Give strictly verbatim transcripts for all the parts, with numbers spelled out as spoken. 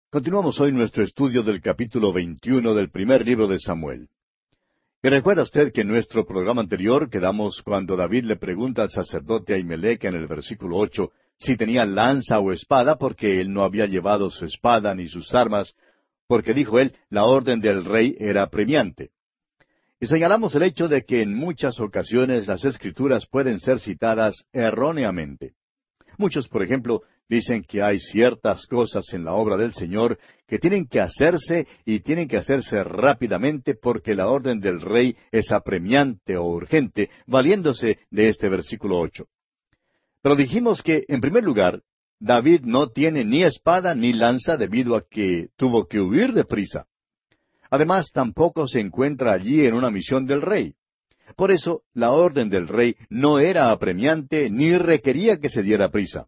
Continuamos hoy nuestro estudio del capítulo veintiuno del primer libro de Samuel. Y recuerda usted que en nuestro programa anterior quedamos cuando David le pregunta al sacerdote Ahimelech en el versículo ocho si tenía lanza o espada, porque él no había llevado su espada ni sus armas, porque dijo él, la orden del rey era apremiante. Y señalamos el hecho de que en muchas ocasiones las Escrituras pueden ser citadas erróneamente. Muchos, por ejemplo, dicen que hay ciertas cosas en la obra del Señor que tienen que hacerse y tienen que hacerse rápidamente porque la orden del rey es apremiante o urgente, valiéndose de este versículo ocho. Pero dijimos que, en primer lugar, David no tiene ni espada ni lanza debido a que tuvo que huir de prisa. Además, tampoco se encuentra allí en una misión del rey. Por eso, la orden del rey no era apremiante ni requería que se diera prisa.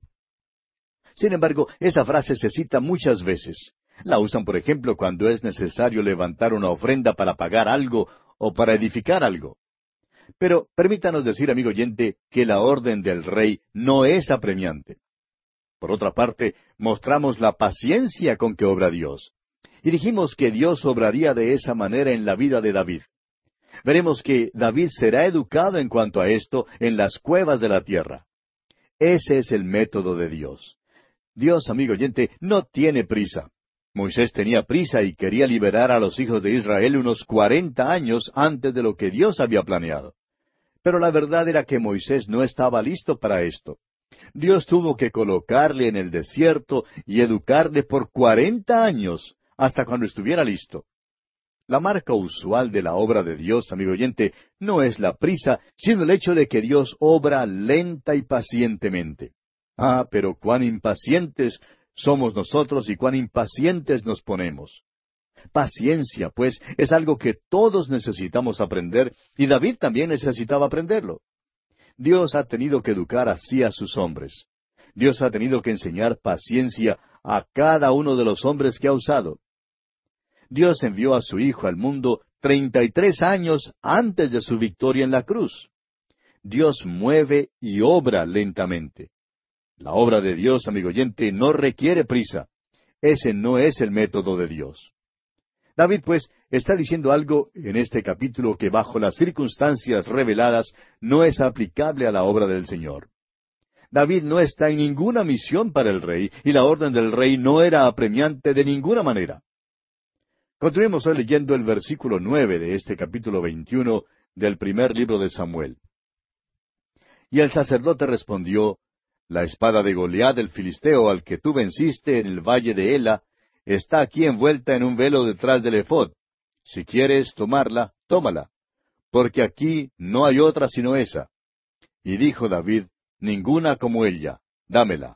Sin embargo, esa frase se cita muchas veces. La usan, por ejemplo, cuando es necesario levantar una ofrenda para pagar algo o para edificar algo. Pero permítanos decir, amigo oyente, que la orden del rey no es apremiante. Por otra parte, mostramos la paciencia con que obra Dios. Y dijimos que Dios obraría de esa manera en la vida de David. Veremos que David será educado en cuanto a esto en las cuevas de la tierra. Ese es el método de Dios. Dios, amigo oyente, no tiene prisa. Moisés tenía prisa y quería liberar a los hijos de Israel unos cuarenta años antes de lo que Dios había planeado. Pero la verdad era que Moisés no estaba listo para esto. Dios tuvo que colocarle en el desierto y educarle por cuarenta años, hasta cuando estuviera listo. La marca usual de la obra de Dios, amigo oyente, no es la prisa, sino el hecho de que Dios obra lenta y pacientemente. Ah, pero cuán impacientes somos nosotros y cuán impacientes nos ponemos. Paciencia, pues, es algo que todos necesitamos aprender, y David también necesitaba aprenderlo. Dios ha tenido que educar así a sus hombres. Dios ha tenido que enseñar paciencia a cada uno de los hombres que ha usado. Dios envió a su Hijo al mundo treinta y tres años antes de su victoria en la cruz. Dios mueve y obra lentamente. La obra de Dios, amigo oyente, no requiere prisa. Ese no es el método de Dios. David, pues, está diciendo algo en este capítulo que bajo las circunstancias reveladas no es aplicable a la obra del Señor. David no está en ninguna misión para el rey, y la orden del rey no era apremiante de ninguna manera. Continuemos hoy leyendo el versículo nueve de este capítulo veintiuno del primer libro de Samuel. Y el sacerdote respondió, La espada de Goliat el filisteo al que tú venciste en el valle de Ela, está aquí envuelta en un velo detrás del ephod. Si quieres tomarla, tómala, porque aquí no hay otra sino esa. Y dijo David, Ninguna como ella, dámela.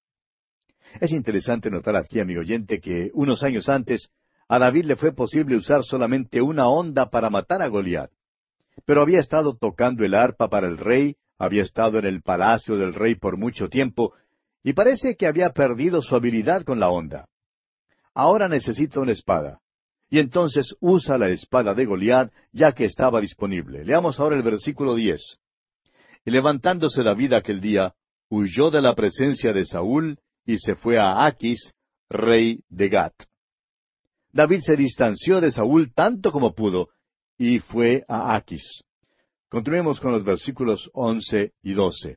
Es interesante notar aquí, amigo oyente, que unos años antes a David le fue posible usar solamente una honda para matar a Goliat. Pero había estado tocando el arpa para el rey, había estado en el palacio del rey por mucho tiempo, y parece que había perdido su habilidad con la honda. Ahora necesita una espada. Y entonces usa la espada de Goliat, ya que estaba disponible. Leamos ahora el versículo diez. Y levantándose David aquel día, huyó de la presencia de Saúl, y se fue a Aquis, rey de Gat. David se distanció de Saúl tanto como pudo, y fue a Aquis. Continuemos con los versículos once y doce.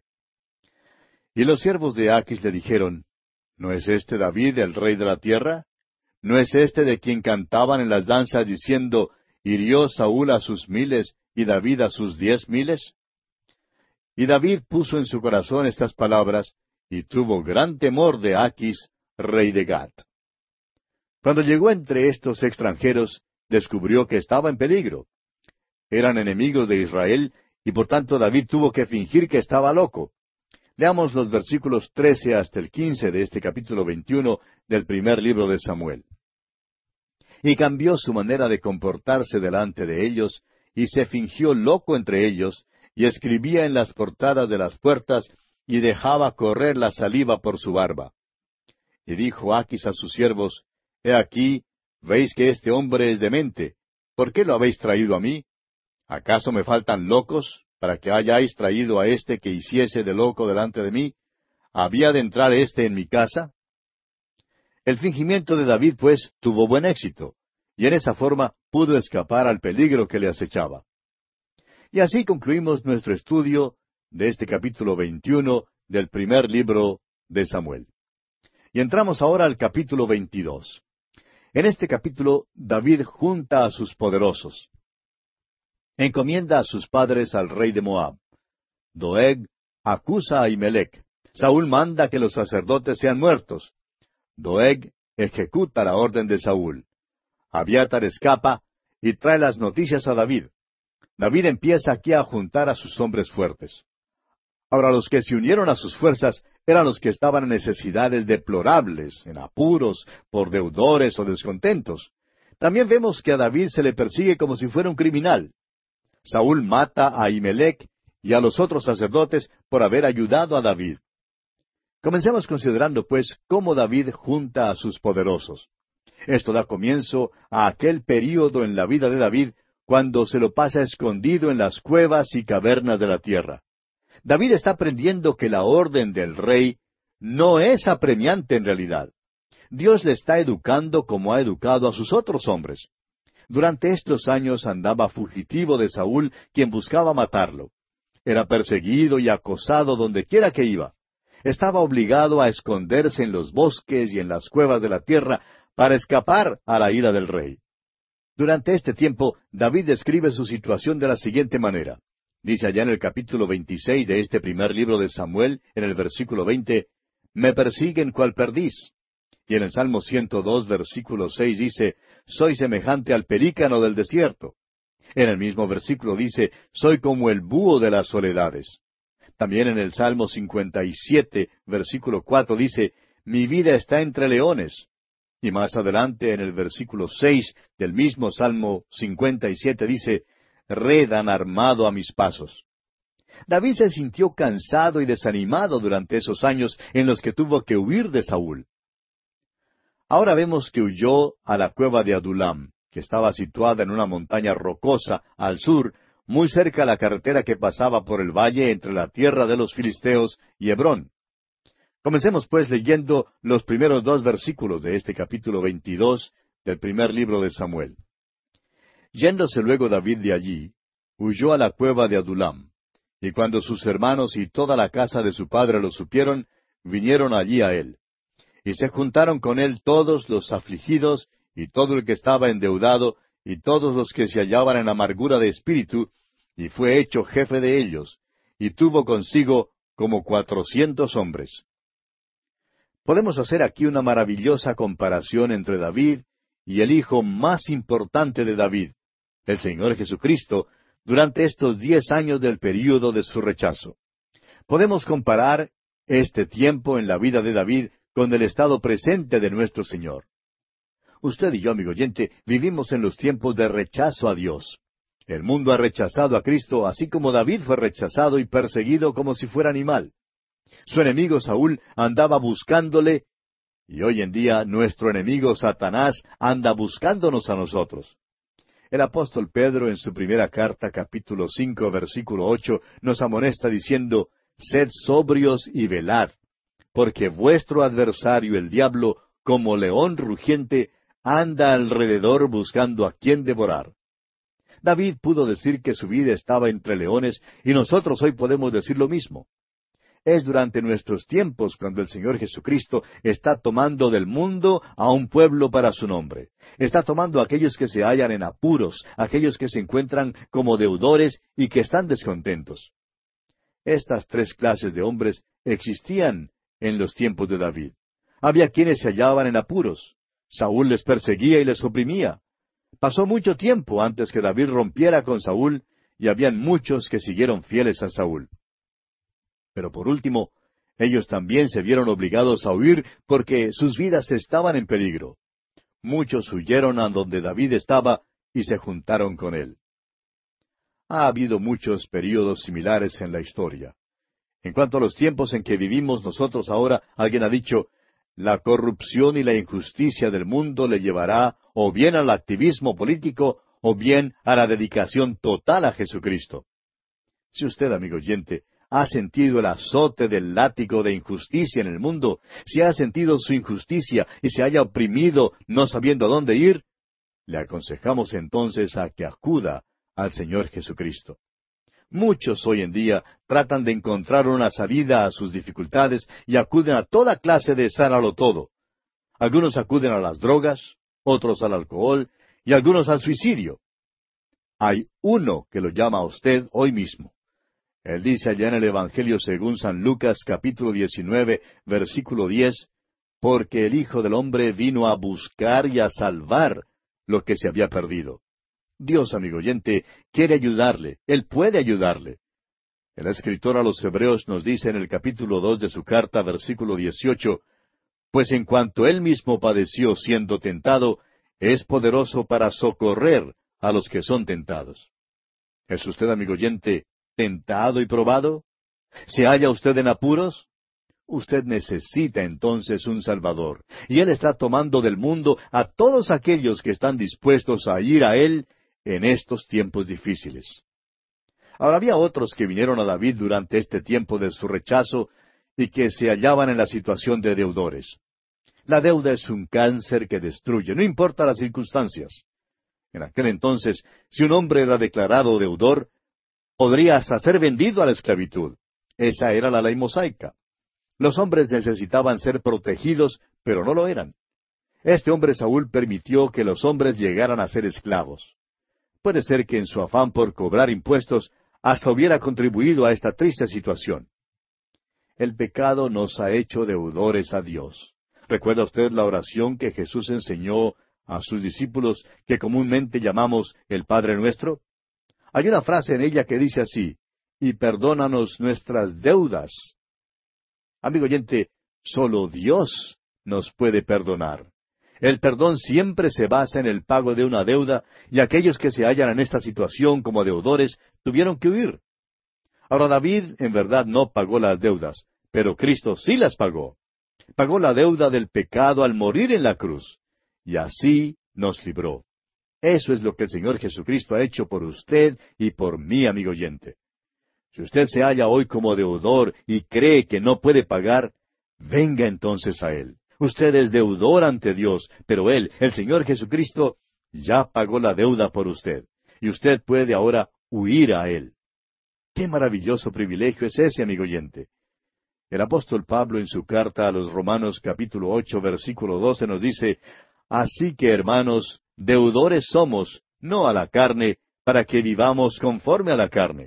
Y los siervos de Aquis le dijeron, ¿No es este David el rey de la tierra? ¿No es este de quien cantaban en las danzas diciendo, hirió Saúl a sus miles y David a sus diez miles? Y David puso en su corazón estas palabras, y tuvo gran temor de Aquis, rey de Gat. Cuando llegó entre estos extranjeros, descubrió que estaba en peligro. Eran enemigos de Israel, y por tanto David tuvo que fingir que estaba loco. Leamos los versículos trece hasta el quince de este capítulo veintiuno del primer libro de Samuel. Y cambió su manera de comportarse delante de ellos, y se fingió loco entre ellos, y escribía en las portadas de las puertas, y dejaba correr la saliva por su barba. Y dijo Aquis a sus siervos, He aquí, veis que este hombre es demente. ¿Por qué lo habéis traído a mí? ¿Acaso me faltan locos, para que hayáis traído a este que hiciese de loco delante de mí? ¿Había de entrar éste en mi casa? El fingimiento de David, pues, tuvo buen éxito, y en esa forma pudo escapar al peligro que le acechaba. Y así concluimos nuestro estudio de este capítulo veintiuno del primer libro de Samuel. Y entramos ahora al capítulo veintidós. En este capítulo, David junta a sus poderosos. Encomienda a sus padres al rey de Moab. Doeg acusa a Ahimelech. Saúl manda que los sacerdotes sean muertos. Doeg ejecuta la orden de Saúl. Abiatar escapa y trae las noticias a David. David empieza aquí a juntar a sus hombres fuertes. Ahora, los que se unieron a sus fuerzas eran los que estaban en necesidades deplorables, en apuros, por deudores o descontentos. También vemos que a David se le persigue como si fuera un criminal. Saúl mata a Ahimelech y a los otros sacerdotes por haber ayudado a David. Comencemos considerando, pues, cómo David junta a sus poderosos. Esto da comienzo a aquel período en la vida de David cuando se lo pasa escondido en las cuevas y cavernas de la tierra. David está aprendiendo que la orden del rey no es apremiante en realidad. Dios le está educando como ha educado a sus otros hombres. Durante estos años andaba fugitivo de Saúl, quien buscaba matarlo. Era perseguido y acosado donde quiera que iba. Estaba obligado a esconderse en los bosques y en las cuevas de la tierra para escapar a la ira del rey. Durante este tiempo, David describe su situación de la siguiente manera. Dice allá en el capítulo veintiséis de este primer libro de Samuel, en el versículo veinte, «Me persiguen cual perdiz». Y en el Salmo ciento dos, versículo seis dice, «Soy semejante al pelícano del desierto». En el mismo versículo dice, «Soy como el búho de las soledades». También en el Salmo cincuenta y siete, versículo cuatro dice, «Mi vida está entre leones». Y más adelante, en el versículo seis del mismo Salmo cincuenta y siete dice, «Red han armado a mis pasos». David se sintió cansado y desanimado durante esos años en los que tuvo que huir de Saúl. Ahora vemos que huyó a la cueva de Adulam, que estaba situada en una montaña rocosa al sur, muy cerca de la carretera que pasaba por el valle entre la tierra de los filisteos y Hebrón. Comencemos pues leyendo los primeros dos versículos de este capítulo veintidós del primer libro de Samuel. Yéndose luego David de allí, huyó a la cueva de Adulam, y cuando sus hermanos y toda la casa de su padre lo supieron, vinieron allí a él. Y se juntaron con él todos los afligidos, y todo el que estaba endeudado, y todos los que se hallaban en amargura de espíritu, y fue hecho jefe de ellos, y tuvo consigo como cuatrocientos hombres. Podemos hacer aquí una maravillosa comparación entre David y el hijo más importante de David, el Señor Jesucristo, durante estos diez años del período de su rechazo. Podemos comparar este tiempo en la vida de David con el estado presente de nuestro Señor. Usted y yo, amigo oyente, vivimos en los tiempos de rechazo a Dios. El mundo ha rechazado a Cristo, así como David fue rechazado y perseguido como si fuera animal. Su enemigo Saúl andaba buscándole, y hoy en día nuestro enemigo Satanás anda buscándonos a nosotros. El apóstol Pedro, en su primera carta, capítulo cinco, versículo ocho, nos amonesta diciendo, «Sed sobrios y velad, porque vuestro adversario el diablo, como león rugiente, anda alrededor buscando a quien devorar». David pudo decir que su vida estaba entre leones, y nosotros hoy podemos decir lo mismo. Es durante nuestros tiempos cuando el Señor Jesucristo está tomando del mundo a un pueblo para su nombre. Está tomando a aquellos que se hallan en apuros, aquellos que se encuentran como deudores y que están descontentos. Estas tres clases de hombres existían en los tiempos de David. Había quienes se hallaban en apuros. Saúl les perseguía y les oprimía. Pasó mucho tiempo antes que David rompiera con Saúl, y habían muchos que siguieron fieles a Saúl. Pero por último, ellos también se vieron obligados a huir porque sus vidas estaban en peligro. Muchos huyeron a donde David estaba y se juntaron con él. Ha habido muchos períodos similares en la historia. En cuanto a los tiempos en que vivimos nosotros ahora, alguien ha dicho, la corrupción y la injusticia del mundo le llevará o bien al activismo político o bien a la dedicación total a Jesucristo. Si usted, amigo oyente, ha sentido el azote del látigo de injusticia en el mundo, si ha sentido su injusticia y se haya oprimido no sabiendo a dónde ir, le aconsejamos entonces a que acuda al Señor Jesucristo. Muchos hoy en día tratan de encontrar una salida a sus dificultades y acuden a toda clase de sánalo todo. Algunos acuden a las drogas, otros al alcohol y algunos al suicidio. Hay uno que lo llama a usted hoy mismo. Él dice allá en el Evangelio según San Lucas capítulo diecinueve, versículo diez, porque el Hijo del Hombre vino a buscar y a salvar lo que se había perdido. Dios, amigo oyente, quiere ayudarle. Él puede ayudarle. El escritor a los Hebreos nos dice en el capítulo dos de su carta, versículo dieciocho, pues en cuanto él mismo padeció siendo tentado, es poderoso para socorrer a los que son tentados. ¿Es usted, amigo oyente, tentado y probado? ¿Se halla usted en apuros? Usted necesita entonces un Salvador, y Él está tomando del mundo a todos aquellos que están dispuestos a ir a Él en estos tiempos difíciles. Ahora había otros que vinieron a David durante este tiempo de su rechazo y que se hallaban en la situación de deudores. La deuda es un cáncer que destruye, no importa las circunstancias. En aquel entonces, si un hombre era declarado deudor, podría hasta ser vendido a la esclavitud. Esa era la ley mosaica. Los hombres necesitaban ser protegidos, pero no lo eran. Este hombre Saúl permitió que los hombres llegaran a ser esclavos. Puede ser que en su afán por cobrar impuestos hasta hubiera contribuido a esta triste situación. El pecado nos ha hecho deudores a Dios. ¿Recuerda usted la oración que Jesús enseñó a sus discípulos que comúnmente llamamos el Padre Nuestro? Hay una frase en ella que dice así, y perdónanos nuestras deudas. Amigo oyente, solo Dios nos puede perdonar. El perdón siempre se basa en el pago de una deuda, y aquellos que se hallan en esta situación como deudores tuvieron que huir. Ahora David en verdad no pagó las deudas, pero Cristo sí las pagó. Pagó la deuda del pecado al morir en la cruz, y así nos libró. Eso es lo que el Señor Jesucristo ha hecho por usted y por mí, amigo oyente. Si usted se halla hoy como deudor y cree que no puede pagar, venga entonces a Él. Usted es deudor ante Dios, pero Él, el Señor Jesucristo, ya pagó la deuda por usted, y usted puede ahora huir a Él. ¡Qué maravilloso privilegio es ese, amigo oyente! El apóstol Pablo en su carta a los Romanos capítulo ocho, versículo doce nos dice, así que, hermanos, deudores somos, no a la carne, para que vivamos conforme a la carne.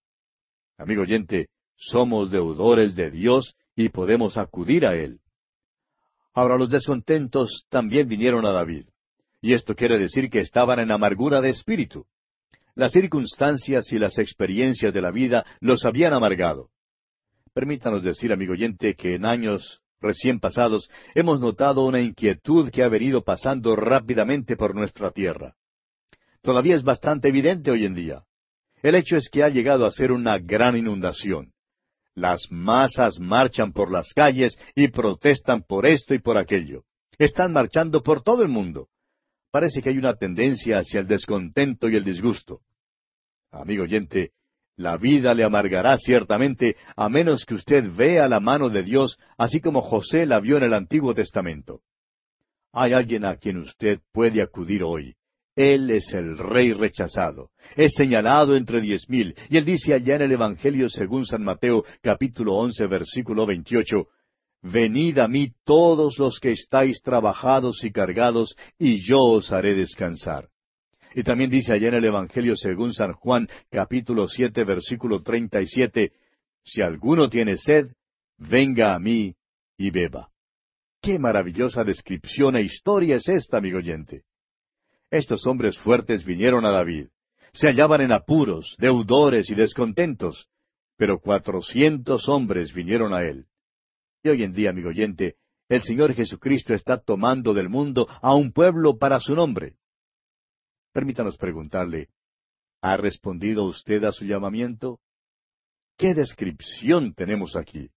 Amigo oyente, somos deudores de Dios y podemos acudir a Él. Ahora los descontentos también vinieron a David, y esto quiere decir que estaban en amargura de espíritu. Las circunstancias y las experiencias de la vida los habían amargado. Permítanos decir, amigo oyente, que en años recién pasados hemos notado una inquietud que ha venido pasando rápidamente por nuestra tierra. Todavía es bastante evidente hoy en día. El hecho es que ha llegado a ser una gran inundación. Las masas marchan por las calles y protestan por esto y por aquello. Están marchando por todo el mundo. Parece que hay una tendencia hacia el descontento y el disgusto. Amigo oyente, la vida le amargará ciertamente a menos que usted vea la mano de Dios, así como José la vio en el Antiguo Testamento. Hay alguien a quien usted puede acudir hoy. Él es el Rey rechazado. Es señalado entre diez mil. Y él dice allá en el Evangelio según San Mateo, capítulo once, versículo veintiocho, venid a mí todos los que estáis trabajados y cargados, y yo os haré descansar. Y también dice allá en el Evangelio según San Juan, capítulo siete, versículo treinta y siete, si alguno tiene sed, venga a mí y beba. ¡Qué maravillosa descripción e historia es esta, amigo oyente! Estos hombres fuertes vinieron a David. Se hallaban en apuros, deudores y descontentos, pero cuatrocientos hombres vinieron a él. Y hoy en día, amigo oyente, el Señor Jesucristo está tomando del mundo a un pueblo para su nombre. Permítanos preguntarle, ¿ha respondido usted a su llamamiento? ¿Qué descripción tenemos aquí?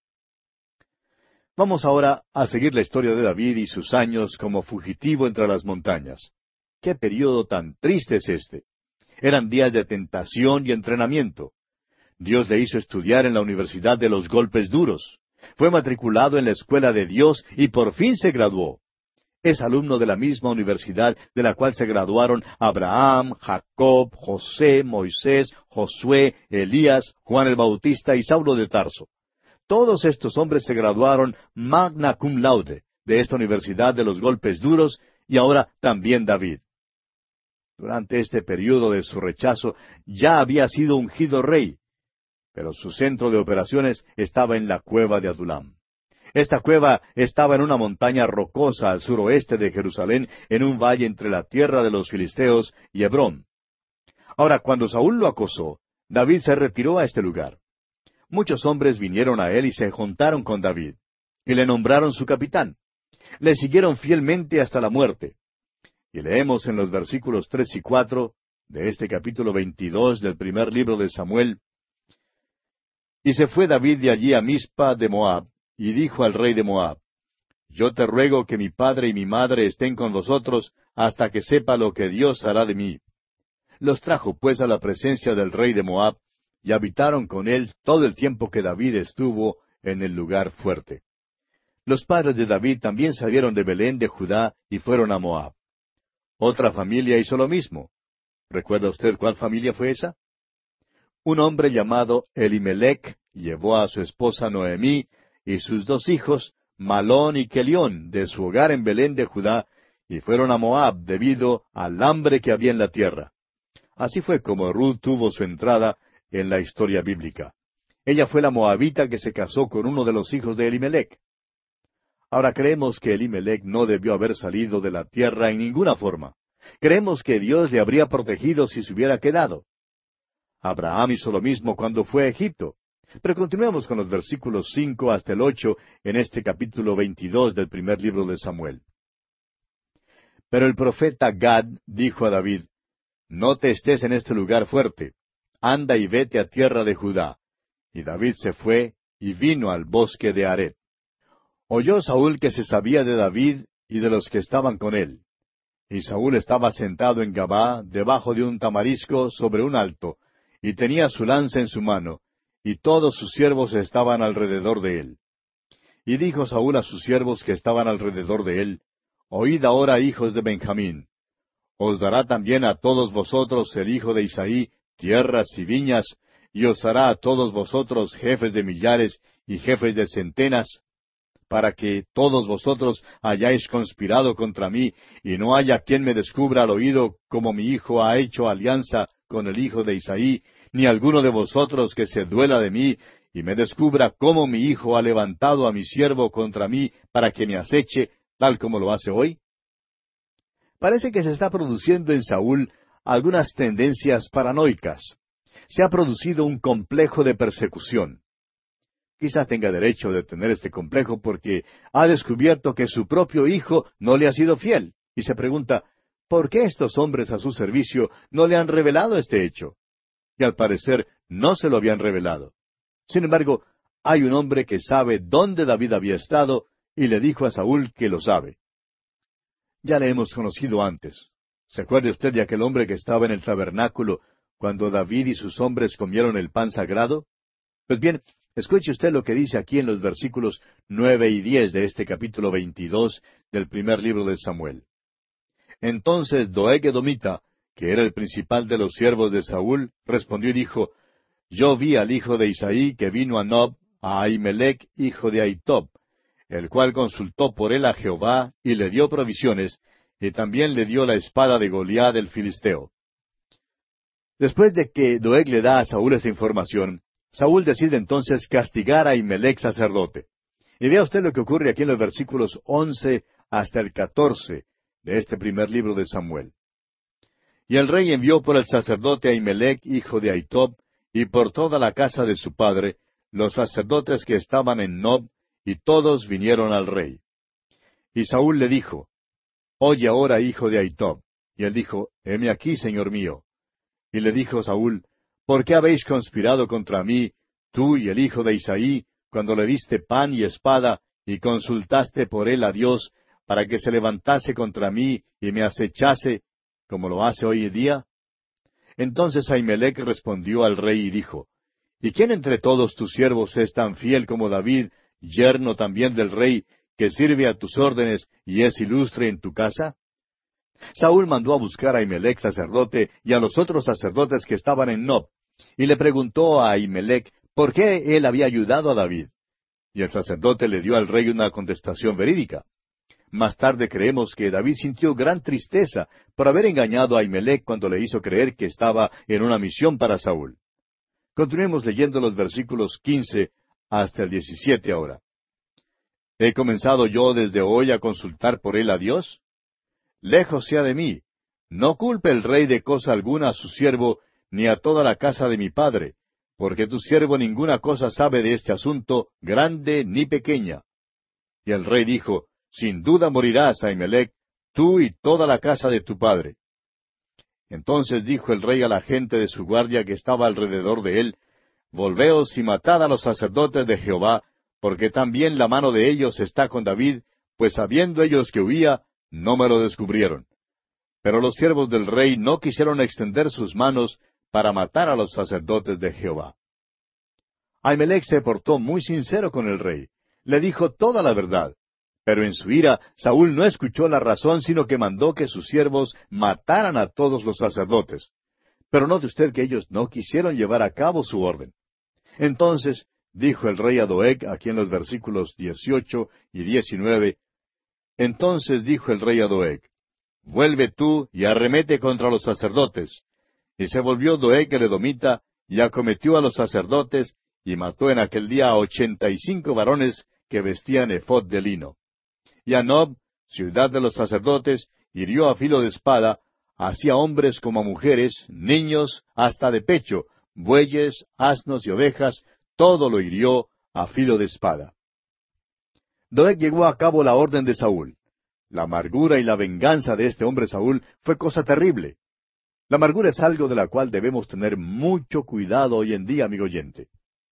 Vamos ahora a seguir la historia de David y sus años como fugitivo entre las montañas. ¡Qué período tan triste es este! Eran días de tentación y entrenamiento. Dios le hizo estudiar en la Universidad de los Golpes Duros. Fue matriculado en la Escuela de Dios y por fin se graduó. Es alumno de la misma universidad de la cual se graduaron Abraham, Jacob, José, Moisés, Josué, Elías, Juan el Bautista y Saulo de Tarso. Todos estos hombres se graduaron magna cum laude de esta Universidad de los Golpes Duros, y ahora también David. Durante este período de su rechazo ya había sido ungido rey, pero su centro de operaciones estaba en la cueva de Adulam. Esta cueva estaba en una montaña rocosa al suroeste de Jerusalén, en un valle entre la tierra de los filisteos y Hebrón. Ahora, cuando Saúl lo acosó, David se retiró a este lugar. Muchos hombres vinieron a él y se juntaron con David, y le nombraron su capitán. Le siguieron fielmente hasta la muerte. Y leemos en los versículos tres y cuatro de este capítulo veintidós del primer libro de Samuel: Y se fue David de allí a Mizpa de Moab, y dijo al rey de Moab: Yo te ruego que mi padre y mi madre estén con vosotros hasta que sepa lo que Dios hará de mí. Los trajo pues a la presencia del rey de Moab, y habitaron con él todo el tiempo que David estuvo en el lugar fuerte. Los padres de David también salieron de Belén de Judá y fueron a Moab. Otra familia hizo lo mismo. ¿Recuerda usted cuál familia fue esa? Un hombre llamado Elimelech llevó a su esposa Noemí y sus dos hijos, Malón y Kelión, de su hogar en Belén de Judá, y fueron a Moab debido al hambre que había en la tierra. Así fue como Ruth tuvo su entrada en la historia bíblica. Ella fue la moabita que se casó con uno de los hijos de Elimelech. Ahora creemos que Elimelech no debió haber salido de la tierra en ninguna forma. Creemos que Dios le habría protegido si se hubiera quedado. Abraham hizo lo mismo cuando fue a Egipto. Pero continuemos con los versículos cinco hasta el ocho en este capítulo veintidós del primer libro de Samuel. Pero el profeta Gad dijo a David: No te estés en este lugar fuerte. Anda y vete a tierra de Judá. Y David se fue y vino al bosque de Aret. Oyó Saúl que se sabía de David y de los que estaban con él. Y Saúl estaba sentado en Gabá, debajo de un tamarisco sobre un alto, y tenía su lanza en su mano, y todos sus siervos estaban alrededor de él. Y dijo Saúl a sus siervos que estaban alrededor de él: Oíd ahora, hijos de Benjamín. Os dará también a todos vosotros el hijo de Isaí tierras y viñas, y os hará a todos vosotros jefes de millares y jefes de centenas, para que todos vosotros hayáis conspirado contra mí, y no haya quien me descubra al oído como mi hijo ha hecho alianza con el hijo de Isaí, ni alguno de vosotros que se duela de mí, y me descubra cómo mi hijo ha levantado a mi siervo contra mí para que me aceche, tal como lo hace hoy. Parece que se está produciendo en Saúl algunas tendencias paranoicas. Se ha producido un complejo de persecución. Quizás tenga derecho de tener este complejo porque ha descubierto que su propio hijo no le ha sido fiel, y se pregunta: ¿por qué estos hombres a su servicio no le han revelado este hecho? Y al parecer no se lo habían revelado. Sin embargo, hay un hombre que sabe dónde David había estado, y le dijo a Saúl que lo sabe. Ya le hemos conocido antes. ¿Se acuerda usted de aquel hombre que estaba en el tabernáculo cuando David y sus hombres comieron el pan sagrado? Pues bien, escuche usted lo que dice aquí en los versículos nueve y diez de este capítulo veintidós del primer libro de Samuel. Entonces Doeg edomita, que era el principal de los siervos de Saúl, respondió y dijo: Yo vi al hijo de Isaí que vino a Nob, a Ahimelech, hijo de Ahitob, el cual consultó por él a Jehová, y le dio provisiones, y también le dio la espada de Goliat el filisteo. Después de que Doeg le da a Saúl esta información, Saúl decide entonces castigar a Ahimelech sacerdote. Y vea usted lo que ocurre aquí en los versículos once hasta el catorce de este primer libro de Samuel. Y el rey envió por el sacerdote Ahimelech, hijo de Ahitob, y por toda la casa de su padre, los sacerdotes que estaban en Nob, y todos vinieron al rey. Y Saúl le dijo: Oye ahora, hijo de Ahitob. Y él dijo: Heme aquí, señor mío. Y le dijo Saúl: ¿Por qué habéis conspirado contra mí, tú y el hijo de Isaí, cuando le diste pan y espada, y consultaste por él a Dios, para que se levantase contra mí y me acechase, como lo hace hoy día? Entonces Ahimelech respondió al rey y dijo: ¿Y quién entre todos tus siervos es tan fiel como David, yerno también del rey, que sirve a tus órdenes y es ilustre en tu casa? Saúl mandó a buscar a Ahimelech sacerdote y a los otros sacerdotes que estaban en Nob, y le preguntó a Ahimelech por qué él había ayudado a David. Y el sacerdote le dio al rey una contestación verídica. Más tarde creemos que David sintió gran tristeza por haber engañado a Ahimelech cuando le hizo creer que estaba en una misión para Saúl. Continuemos leyendo los versículos quince hasta el diecisiete ahora. ¿He comenzado yo desde hoy a consultar por él a Dios? Lejos sea de mí. No culpe el rey de cosa alguna a su siervo, ni a toda la casa de mi padre, porque tu siervo ninguna cosa sabe de este asunto, grande ni pequeña. Y el rey dijo, Sin duda morirás, Ahimelech, tú y toda la casa de tu padre. Entonces dijo el rey a la gente de su guardia que estaba alrededor de él, Volveos y matad a los sacerdotes de Jehová, porque también la mano de ellos está con David, pues sabiendo ellos que huía, no me lo descubrieron. Pero los siervos del rey no quisieron extender sus manos para matar a los sacerdotes de Jehová. Ahimelech se portó muy sincero con el rey. Le dijo toda la verdad. Pero en su ira, Saúl no escuchó la razón, sino que mandó que sus siervos mataran a todos los sacerdotes. Pero note usted que ellos no quisieron llevar a cabo su orden. Entonces dijo el rey a Doeg, aquí en los versículos dieciocho y diecinueve, Entonces dijo el rey a Doeg, Vuelve tú y arremete contra los sacerdotes. Y se volvió Doeg el edomita, y acometió a los sacerdotes, y mató en aquel día a ochenta y cinco varones que vestían ephod de lino. Y a Nob, ciudad de los sacerdotes, hirió a filo de espada, así a hombres como a mujeres, niños, hasta de pecho, bueyes, asnos y ovejas, todo lo hirió a filo de espada. Doeg llevó a cabo la orden de Saúl. La amargura y la venganza de este hombre Saúl fue cosa terrible. La amargura es algo de la cual debemos tener mucho cuidado hoy en día, amigo oyente.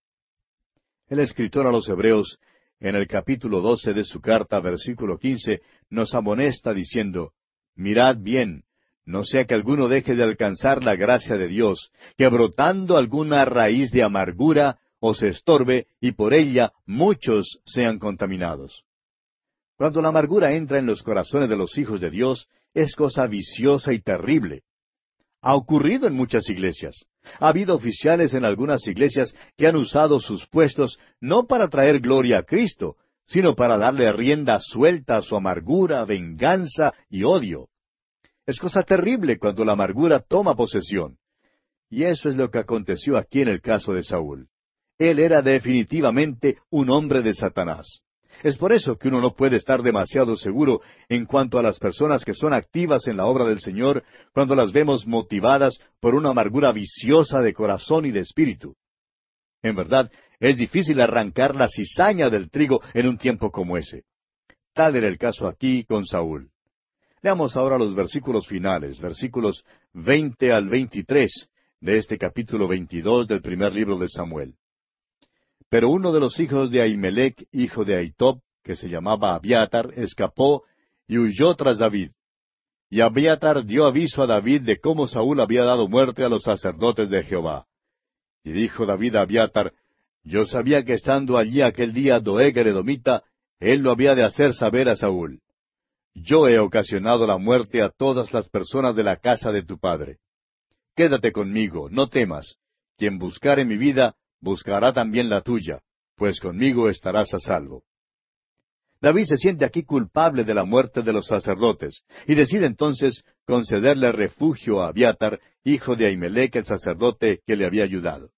El escritor a los Hebreos, en el capítulo doce de su carta, versículo quince, nos amonesta diciendo, Mirad bien, no sea que alguno deje de alcanzar la gracia de Dios, que brotando alguna raíz de amargura os estorbe, y por ella muchos sean contaminados. Cuando la amargura entra en los corazones de los hijos de Dios, es cosa viciosa y terrible. Ha ocurrido en muchas iglesias. Ha habido oficiales en algunas iglesias que han usado sus puestos no para traer gloria a Cristo, sino para darle rienda suelta a su amargura, venganza y odio. Es cosa terrible cuando la amargura toma posesión. Y eso es lo que aconteció aquí en el caso de Saúl. Él era definitivamente un hombre de Satanás. Es por eso que uno no puede estar demasiado seguro en cuanto a las personas que son activas en la obra del Señor cuando las vemos motivadas por una amargura viciosa de corazón y de espíritu. En verdad, es difícil arrancar la cizaña del trigo en un tiempo como ese. Tal era el caso aquí con Saúl. Leamos ahora los versículos finales, versículos veinte al veintitrés de este capítulo veintidós del primer libro de Samuel. Pero uno de los hijos de Ahimelech, hijo de Ahitob, que se llamaba Abiatar, escapó y huyó tras David. Y Abiatar dio aviso a David de cómo Saúl había dado muerte a los sacerdotes de Jehová. Y dijo David a Abiatar, Yo sabía que estando allí aquel día Doeg el edomita, él lo había de hacer saber a Saúl. Yo he ocasionado la muerte a todas las personas de la casa de tu padre. Quédate conmigo, no temas. Quien buscare mi vida, buscará también la tuya, pues conmigo estarás a salvo. David se siente aquí culpable de la muerte de los sacerdotes, y decide entonces concederle refugio a Abiatar, hijo de Ahimelech el sacerdote que le había ayudado.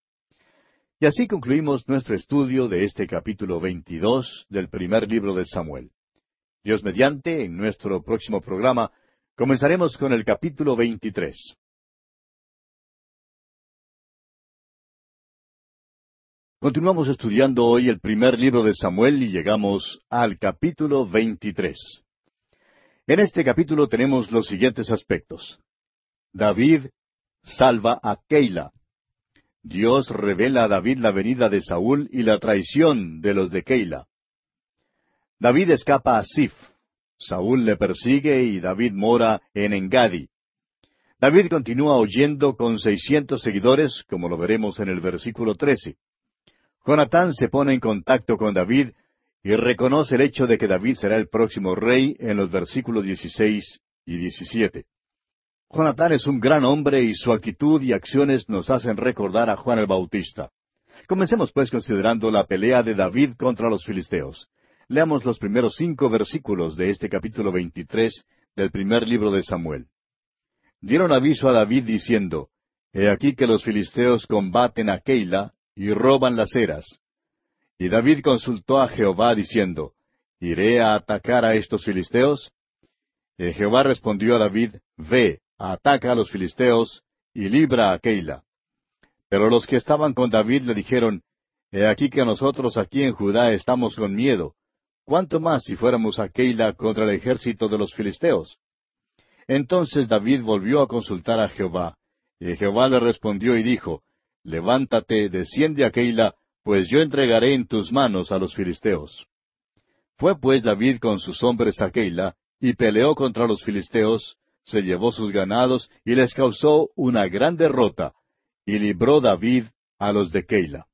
Y así concluimos nuestro estudio de este capítulo veintidós del primer libro de Samuel. Dios mediante, en nuestro próximo programa, comenzaremos con el capítulo veintitrés. Continuamos estudiando hoy el primer libro de Samuel y llegamos al capítulo veintitrés. En este capítulo tenemos los siguientes aspectos. David salva a Keila. Dios revela a David la venida de Saúl y la traición de los de Keila. David escapa a Sif. Saúl le persigue y David mora en Engadi. David continúa huyendo con seiscientos seguidores, como lo veremos en el versículo trece. Jonatán se pone en contacto con David y reconoce el hecho de que David será el próximo rey en los versículos dieciséis y diecisiete. Jonatán es un gran hombre y su actitud y acciones nos hacen recordar a Juan el Bautista. Comencemos pues considerando la pelea de David contra los filisteos. Leamos los primeros cinco versículos de este capítulo veintitrés del primer libro de Samuel. Dieron aviso a David diciendo, He aquí que los filisteos combaten a Keila y roban las eras. Y David consultó a Jehová diciendo, ¿Iré a atacar a estos filisteos? Y Jehová respondió a David, Ve, ataca a los filisteos y libra a Keila. Pero los que estaban con David le dijeron, He aquí que nosotros aquí en Judá estamos con miedo. ¿Cuánto más si fuéramos a Keila contra el ejército de los filisteos? Entonces David volvió a consultar a Jehová, y Jehová le respondió y dijo, Levántate, desciende a Keila, pues yo entregaré en tus manos a los filisteos. Fue pues David con sus hombres a Keila, y peleó contra los filisteos, se llevó sus ganados, y les causó una gran derrota, y libró David a los de Keila.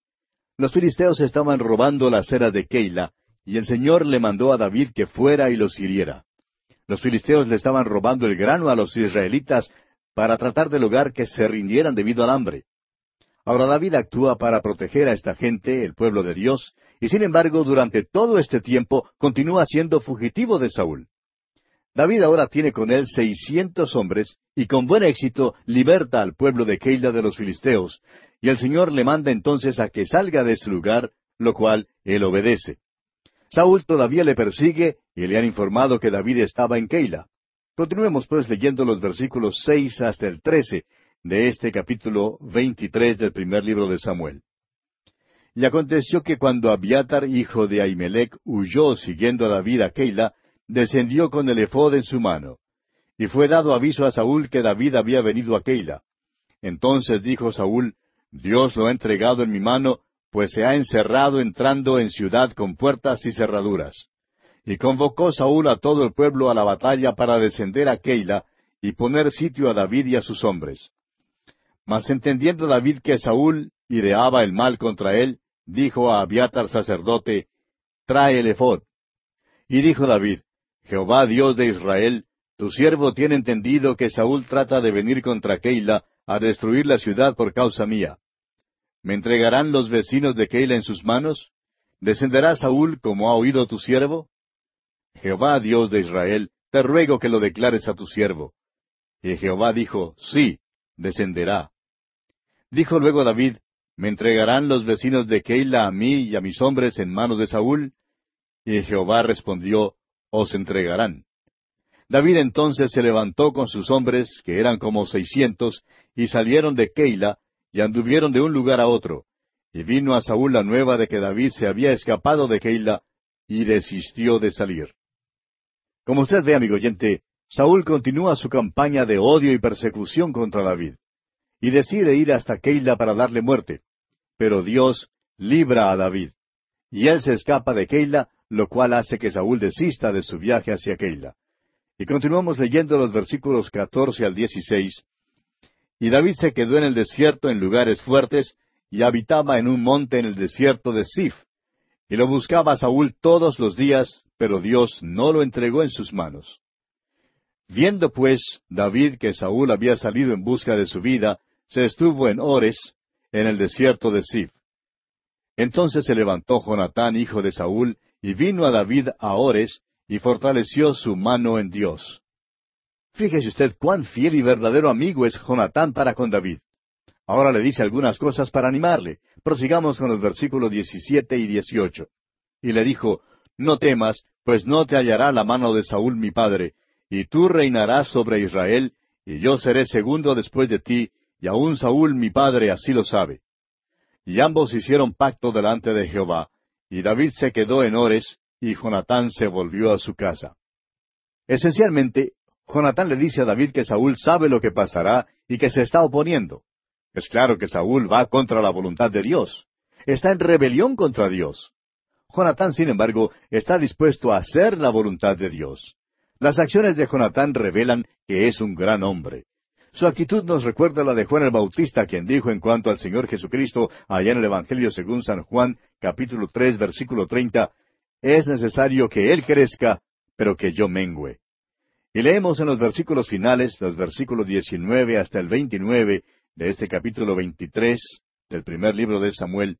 Los filisteos estaban robando las eras de Keila, y el Señor le mandó a David que fuera y los hiriera. Los filisteos le estaban robando el grano a los israelitas para tratar de lograr que se rindieran debido al hambre. Ahora David actúa para proteger a esta gente, el pueblo de Dios, y sin embargo durante todo este tiempo continúa siendo fugitivo de Saúl. David ahora tiene con él seiscientos hombres, y con buen éxito liberta al pueblo de Keila de los filisteos, y el Señor le manda entonces a que salga de ese lugar, lo cual él obedece. Saúl todavía le persigue y le han informado que David estaba en Keila. Continuemos pues leyendo los versículos seis hasta el trece de este capítulo veintitrés del primer libro de Samuel. Y aconteció que cuando Abiatar, hijo de Ahimelech, huyó siguiendo a David a Keila, descendió con el ephod en su mano. Y fue dado aviso a Saúl que David había venido a Keila. Entonces dijo Saúl, Dios lo ha entregado en mi mano, pues se ha encerrado entrando en ciudad con puertas y cerraduras. Y convocó Saúl a todo el pueblo a la batalla para descender a Keila y poner sitio a David y a sus hombres. Mas entendiendo David que Saúl ideaba el mal contra él, dijo a Abiatar sacerdote, Trae el ephod. Y dijo David, Jehová Dios de Israel, tu siervo tiene entendido que Saúl trata de venir contra Keila a destruir la ciudad por causa mía. ¿Me entregarán los vecinos de Keila en sus manos? ¿Descenderá Saúl como ha oído tu siervo? Jehová Dios de Israel, te ruego que lo declares a tu siervo. Y Jehová dijo, Sí, descenderá. Dijo luego David, ¿me entregarán los vecinos de Keila a mí y a mis hombres en manos de Saúl? Y Jehová respondió, Os entregarán. David entonces se levantó con sus hombres, que eran como seiscientos, y salieron de Keila, y anduvieron de un lugar a otro. Y vino a Saúl la nueva de que David se había escapado de Keila, y desistió de salir. Como usted ve, amigo oyente, Saúl continúa su campaña de odio y persecución contra David, y decide ir hasta Keila para darle muerte. Pero Dios libra a David, y él se escapa de Keila, lo cual hace que Saúl desista de su viaje hacia Keila. Y continuamos leyendo los versículos catorce al dieciséis. Y David se quedó en el desierto en lugares fuertes, y habitaba en un monte en el desierto de Sif. Y lo buscaba Saúl todos los días, pero Dios no lo entregó en sus manos. Viendo pues David que Saúl había salido en busca de su vida, se estuvo en Ores, en el desierto de Sif. Entonces se levantó Jonatán, hijo de Saúl, y vino a David a Ores, y fortaleció su mano en Dios. Fíjese usted cuán fiel y verdadero amigo es Jonatán para con David. Ahora le dice algunas cosas para animarle. Prosigamos con los versículos diecisiete y dieciocho. Y le dijo, No temas, pues no te hallará la mano de Saúl mi padre, y tú reinarás sobre Israel, y yo seré segundo después de ti, y aun Saúl mi padre así lo sabe. Y ambos hicieron pacto delante de Jehová, y David se quedó en Ores, y Jonatán se volvió a su casa. Esencialmente, Jonatán le dice a David que Saúl sabe lo que pasará y que se está oponiendo. Es claro que Saúl va contra la voluntad de Dios. Está en rebelión contra Dios. Jonatán, sin embargo, está dispuesto a hacer la voluntad de Dios. Las acciones de Jonatán revelan que es un gran hombre. Su actitud nos recuerda la de Juan el Bautista, quien dijo en cuanto al Señor Jesucristo, allá en el Evangelio según San Juan, capítulo tres, versículo treinta, «Es necesario que Él crezca, pero que yo mengüe». Y leemos en los versículos finales, los versículos diecinueve hasta el veintinueve de este capítulo veintitrés del primer libro de Samuel.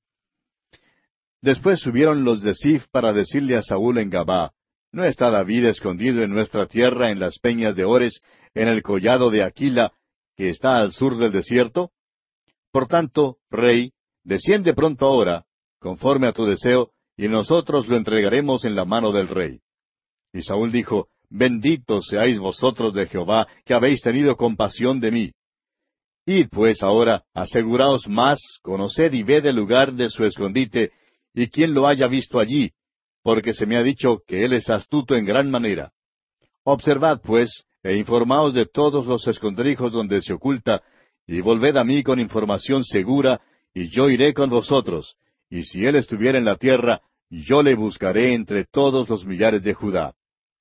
Después subieron los de Ziph para decirle a Saúl en Gabá, ¿no está David escondido en nuestra tierra en las peñas de Ores, en el collado de Aquila, que está al sur del desierto? Por tanto, rey, desciende pronto ahora, conforme a tu deseo, y nosotros lo entregaremos en la mano del rey. Y Saúl dijo, Benditos seáis vosotros de Jehová, que habéis tenido compasión de mí. Id pues ahora, aseguraos más, conoced y ved el lugar de su escondite, y quien lo haya visto allí, porque se me ha dicho que él es astuto en gran manera. Observad pues, e informaos de todos los escondrijos donde se oculta, y volved a mí con información segura, y yo iré con vosotros, y si él estuviera en la tierra, yo le buscaré entre todos los millares de Judá.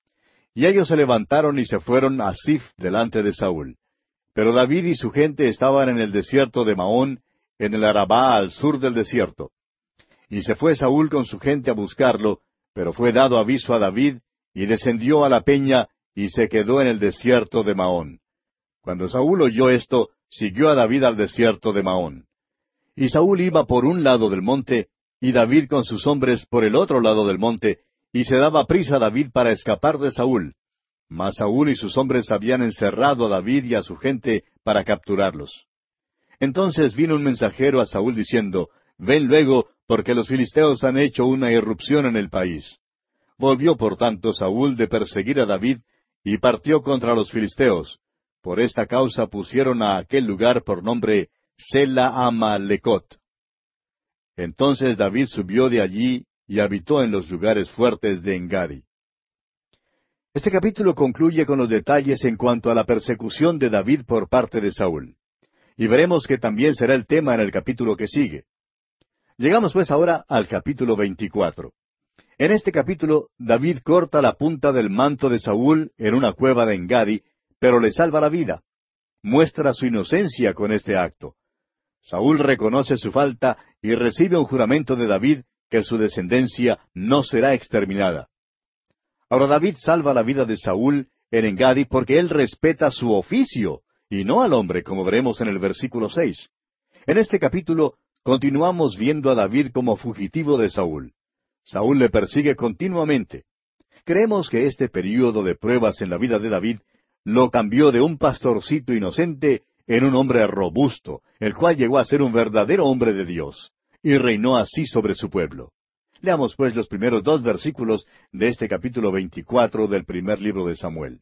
Y ellos se levantaron y se fueron a Ziph delante de Saúl. Pero David y su gente estaban en el desierto de Maón, en el Arabá al sur del desierto. Y se fue Saúl con su gente a buscarlo, pero fue dado aviso a David, y descendió a la peña, y se quedó en el desierto de Maón. Cuando Saúl oyó esto, siguió a David al desierto de Maón. Y Saúl iba por un lado del monte, y David con sus hombres por el otro lado del monte, y se daba prisa a David para escapar de Saúl. Mas Saúl y sus hombres habían encerrado a David y a su gente para capturarlos. Entonces vino un mensajero a Saúl diciendo, Ven luego, porque los filisteos han hecho una irrupción en el país. Volvió por tanto Saúl de perseguir a David, y partió contra los filisteos. Por esta causa pusieron a aquel lugar por nombre Sela Amalecot. Entonces David subió de allí, y habitó en los lugares fuertes de Engadi. Este capítulo concluye con los detalles en cuanto a la persecución de David por parte de Saúl. Y veremos que también será el tema en el capítulo que sigue. Llegamos pues ahora al capítulo veinticuatro. En este capítulo, David corta la punta del manto de Saúl en una cueva de Engadi, pero le salva la vida. Muestra su inocencia con este acto. Saúl reconoce su falta y recibe un juramento de David que su descendencia no será exterminada. Ahora David salva la vida de Saúl en Engadi porque él respeta su oficio, y no al hombre, como veremos en el versículo seis. En este capítulo continuamos viendo a David como fugitivo de Saúl. Saúl le persigue continuamente. Creemos que este período de pruebas en la vida de David lo cambió de un pastorcito inocente en un hombre robusto, el cual llegó a ser un verdadero hombre de Dios, y reinó así sobre su pueblo. Leamos pues los primeros dos versículos de este capítulo veinticuatro del primer libro de Samuel.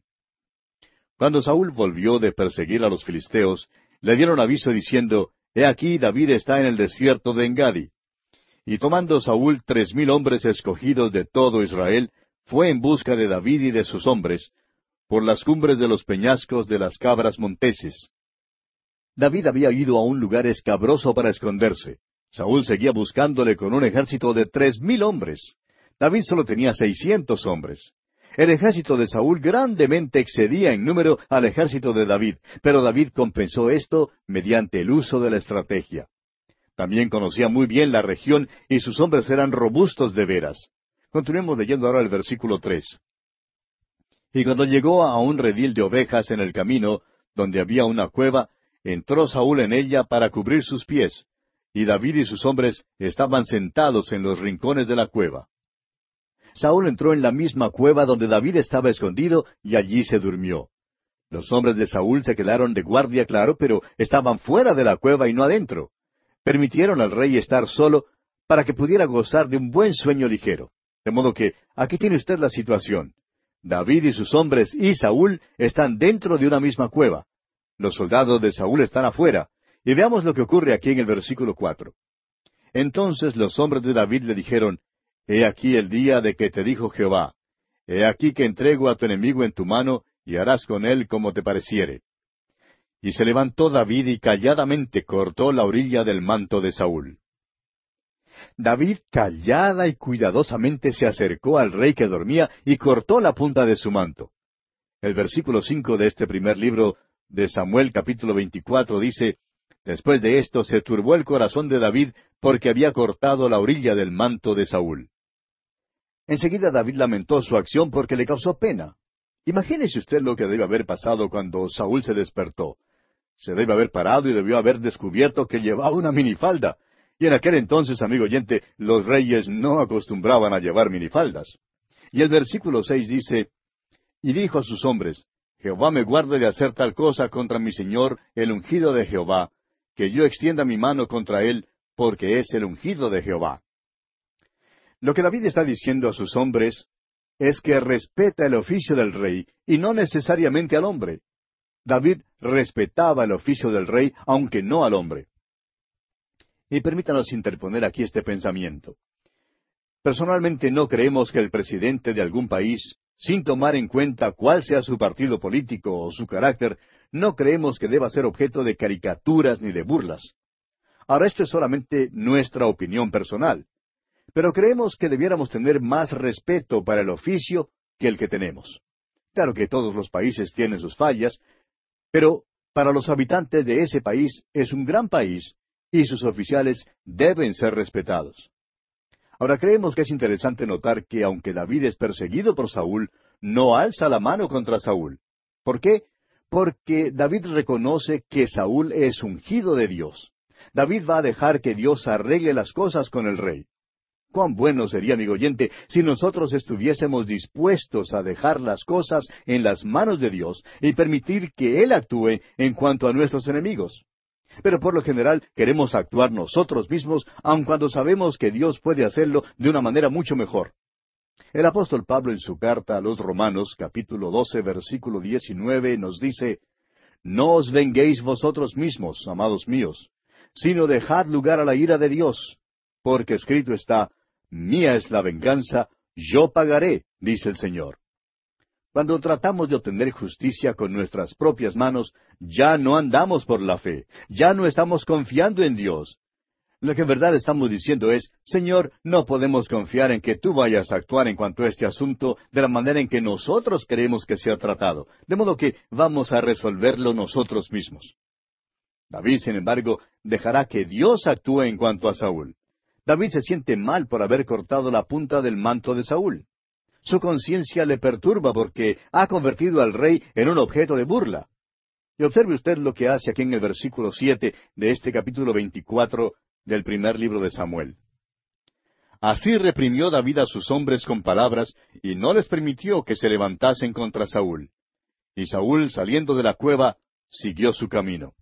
Cuando Saúl volvió de perseguir a los filisteos, le dieron aviso diciendo, He aquí David está en el desierto de Engadi. Y tomando Saúl tres mil hombres escogidos de todo Israel, fue en busca de David y de sus hombres, por las cumbres de los peñascos de las cabras monteses. David había ido a un lugar escabroso para esconderse. Saúl seguía buscándole con un ejército de tres mil hombres. David solo tenía seiscientos hombres. El ejército de Saúl grandemente excedía en número al ejército de David, pero David compensó esto mediante el uso de la estrategia. También conocía muy bien la región y sus hombres eran robustos de veras. Continuemos leyendo ahora el versículo tres. Y cuando llegó a un redil de ovejas en el camino, donde había una cueva, entró Saúl en ella para cubrir sus pies, y David y sus hombres estaban sentados en los rincones de la cueva. Saúl entró en la misma cueva donde David estaba escondido, y allí se durmió. Los hombres de Saúl se quedaron de guardia, claro, pero estaban fuera de la cueva y no adentro. Permitieron al rey estar solo para que pudiera gozar de un buen sueño ligero. De modo que aquí tiene usted la situación. David y sus hombres y Saúl están dentro de una misma cueva. Los soldados de Saúl están afuera. Y veamos lo que ocurre aquí en el versículo cuatro. Entonces los hombres de David le dijeron, He aquí el día de que te dijo Jehová, He aquí que entrego a tu enemigo en tu mano, y harás con él como te pareciere. Y se levantó David y calladamente cortó la orilla del manto de Saúl. David callada y cuidadosamente se acercó al rey que dormía y cortó la punta de su manto. El versículo cinco de este primer libro de Samuel capítulo veinticuatro dice, después de esto se turbó el corazón de David porque había cortado la orilla del manto de Saúl. Enseguida David lamentó su acción porque le causó pena. Imagínese usted lo que debe haber pasado cuando Saúl se despertó. Se debe haber parado y debió haber descubierto que llevaba una minifalda. Y en aquel entonces, amigo oyente, los reyes no acostumbraban a llevar minifaldas. Y el versículo seis dice, y dijo a sus hombres, Jehová me guarde de hacer tal cosa contra mi señor, el ungido de Jehová, que yo extienda mi mano contra él, porque es el ungido de Jehová. Lo que David está diciendo a sus hombres es que respeta el oficio del rey y no necesariamente al hombre. David respetaba el oficio del rey, aunque no al hombre. Y permítanos interponer aquí este pensamiento. Personalmente no creemos que el presidente de algún país, sin tomar en cuenta cuál sea su partido político o su carácter, no creemos que deba ser objeto de caricaturas ni de burlas. Ahora, esto es solamente nuestra opinión personal. Pero creemos que debiéramos tener más respeto para el oficio que el que tenemos. Claro que todos los países tienen sus fallas, pero para los habitantes de ese país es un gran país y sus oficiales deben ser respetados. Ahora creemos que es interesante notar que aunque David es perseguido por Saúl, no alza la mano contra Saúl. ¿Por qué? Porque David reconoce que Saúl es ungido de Dios. David va a dejar que Dios arregle las cosas con el rey. Cuán bueno sería, amigo oyente, si nosotros estuviésemos dispuestos a dejar las cosas en las manos de Dios y permitir que Él actúe en cuanto a nuestros enemigos. Pero por lo general queremos actuar nosotros mismos, aun cuando sabemos que Dios puede hacerlo de una manera mucho mejor. El apóstol Pablo en su carta a los Romanos, capítulo doce, versículo diecinueve, nos dice, No os venguéis vosotros mismos, amados míos, sino dejad lugar a la ira de Dios, porque escrito está, Mía es la venganza, yo pagaré, dice el Señor. Cuando tratamos de obtener justicia con nuestras propias manos, ya no andamos por la fe, ya no estamos confiando en Dios. Lo que en verdad estamos diciendo es, Señor, no podemos confiar en que tú vayas a actuar en cuanto a este asunto de la manera en que nosotros queremos que sea tratado, de modo que vamos a resolverlo nosotros mismos. David, sin embargo, dejará que Dios actúe en cuanto a Saúl. David se siente mal por haber cortado la punta del manto de Saúl. Su conciencia le perturba porque ha convertido al rey en un objeto de burla. Y observe usted lo que hace aquí en el versículo siete de este capítulo veinticuatro del primer libro de Samuel. Así reprimió David a sus hombres con palabras, y no les permitió que se levantasen contra Saúl. Y Saúl, saliendo de la cueva, siguió su camino.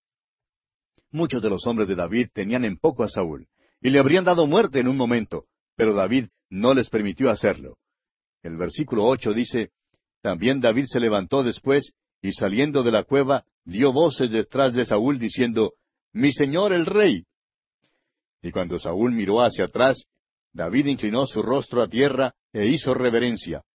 Muchos de los hombres de David tenían en poco a Saúl, y le habrían dado muerte en un momento, pero David no les permitió hacerlo. El versículo ocho dice, También David se levantó después, y saliendo de la cueva, dio voces detrás de Saúl, diciendo, Mi señor el rey. Y cuando Saúl miró hacia atrás, David inclinó su rostro a tierra e hizo reverencia.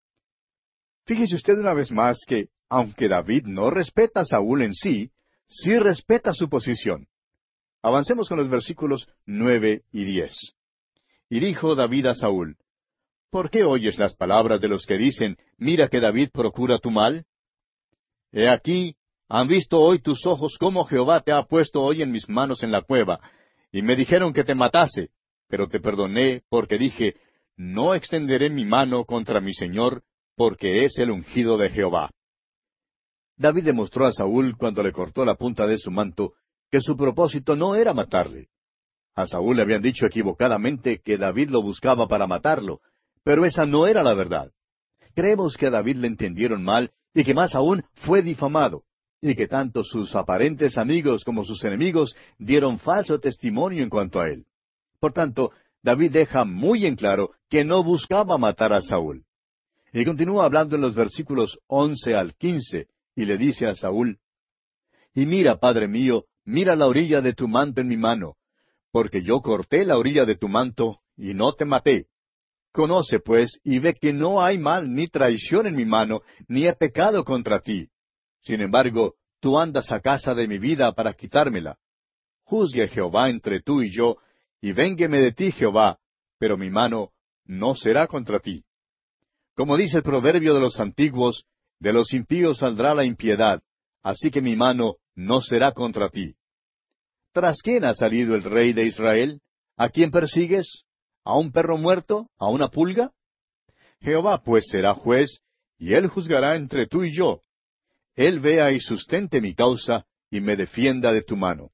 Fíjese usted una vez más que, aunque David no respeta a Saúl en sí, sí respeta su posición. Avancemos con los versículos nueve y diez. Y dijo David a Saúl, ¿Por qué oyes las palabras de los que dicen, mira que David procura tu mal? He aquí, han visto hoy tus ojos cómo Jehová te ha puesto hoy en mis manos en la cueva, y me dijeron que te matase, pero te perdoné porque dije, no extenderé mi mano contra mi señor, porque es el ungido de Jehová. David demostró a Saúl cuando le cortó la punta de su manto, que su propósito no era matarle. A Saúl le habían dicho equivocadamente que David lo buscaba para matarlo, pero esa no era la verdad. Creemos que a David le entendieron mal y que más aún fue difamado, y que tanto sus aparentes amigos como sus enemigos dieron falso testimonio en cuanto a él. Por tanto, David deja muy en claro que no buscaba matar a Saúl. Y continúa hablando en los versículos once al quince, y le dice a Saúl, Y mira, padre mío, mira la orilla de tu manto en mi mano, porque yo corté la orilla de tu manto, y no te maté. Conoce, pues, y ve que no hay mal ni traición en mi mano, ni he pecado contra ti. Sin embargo, tú andas a casa de mi vida para quitármela. Juzgue Jehová entre tú y yo, y véngueme de ti, Jehová, pero mi mano no será contra ti. Como dice el proverbio de los antiguos, de los impíos saldrá la impiedad, así que mi mano no será contra ti. ¿Tras quién ha salido el rey de Israel? ¿A quién persigues? ¿A un perro muerto? ¿A una pulga? Jehová pues será juez, y él juzgará entre tú y yo. Él vea y sustente mi causa, y me defienda de tu mano.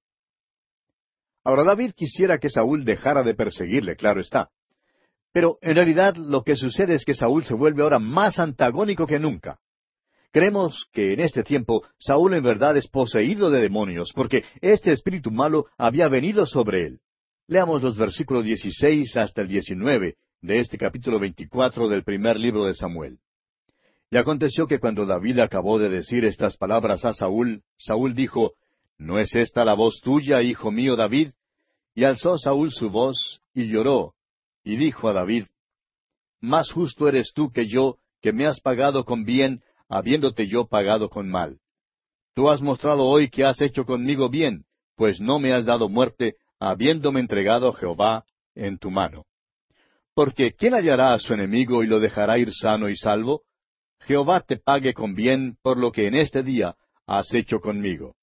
Ahora David quisiera que Saúl dejara de perseguirle, claro está. Pero en realidad lo que sucede es que Saúl se vuelve ahora más antagónico que nunca. Creemos que en este tiempo Saúl en verdad es poseído de demonios, porque este espíritu malo había venido sobre él. Leamos los versículos dieciséis hasta el diecinueve de este capítulo veinticuatro del primer libro de Samuel. Y aconteció que cuando David acabó de decir estas palabras a Saúl, Saúl dijo, ¿No es esta la voz tuya, hijo mío David? Y alzó Saúl su voz, y lloró, y dijo a David, Más justo eres tú que yo, que me has pagado con bien, habiéndote yo pagado con mal. Tú has mostrado hoy que has hecho conmigo bien, pues no me has dado muerte, habiéndome entregado Jehová en tu mano. Porque ¿quién hallará a su enemigo y lo dejará ir sano y salvo? Jehová te pague con bien por lo que en este día has hecho conmigo.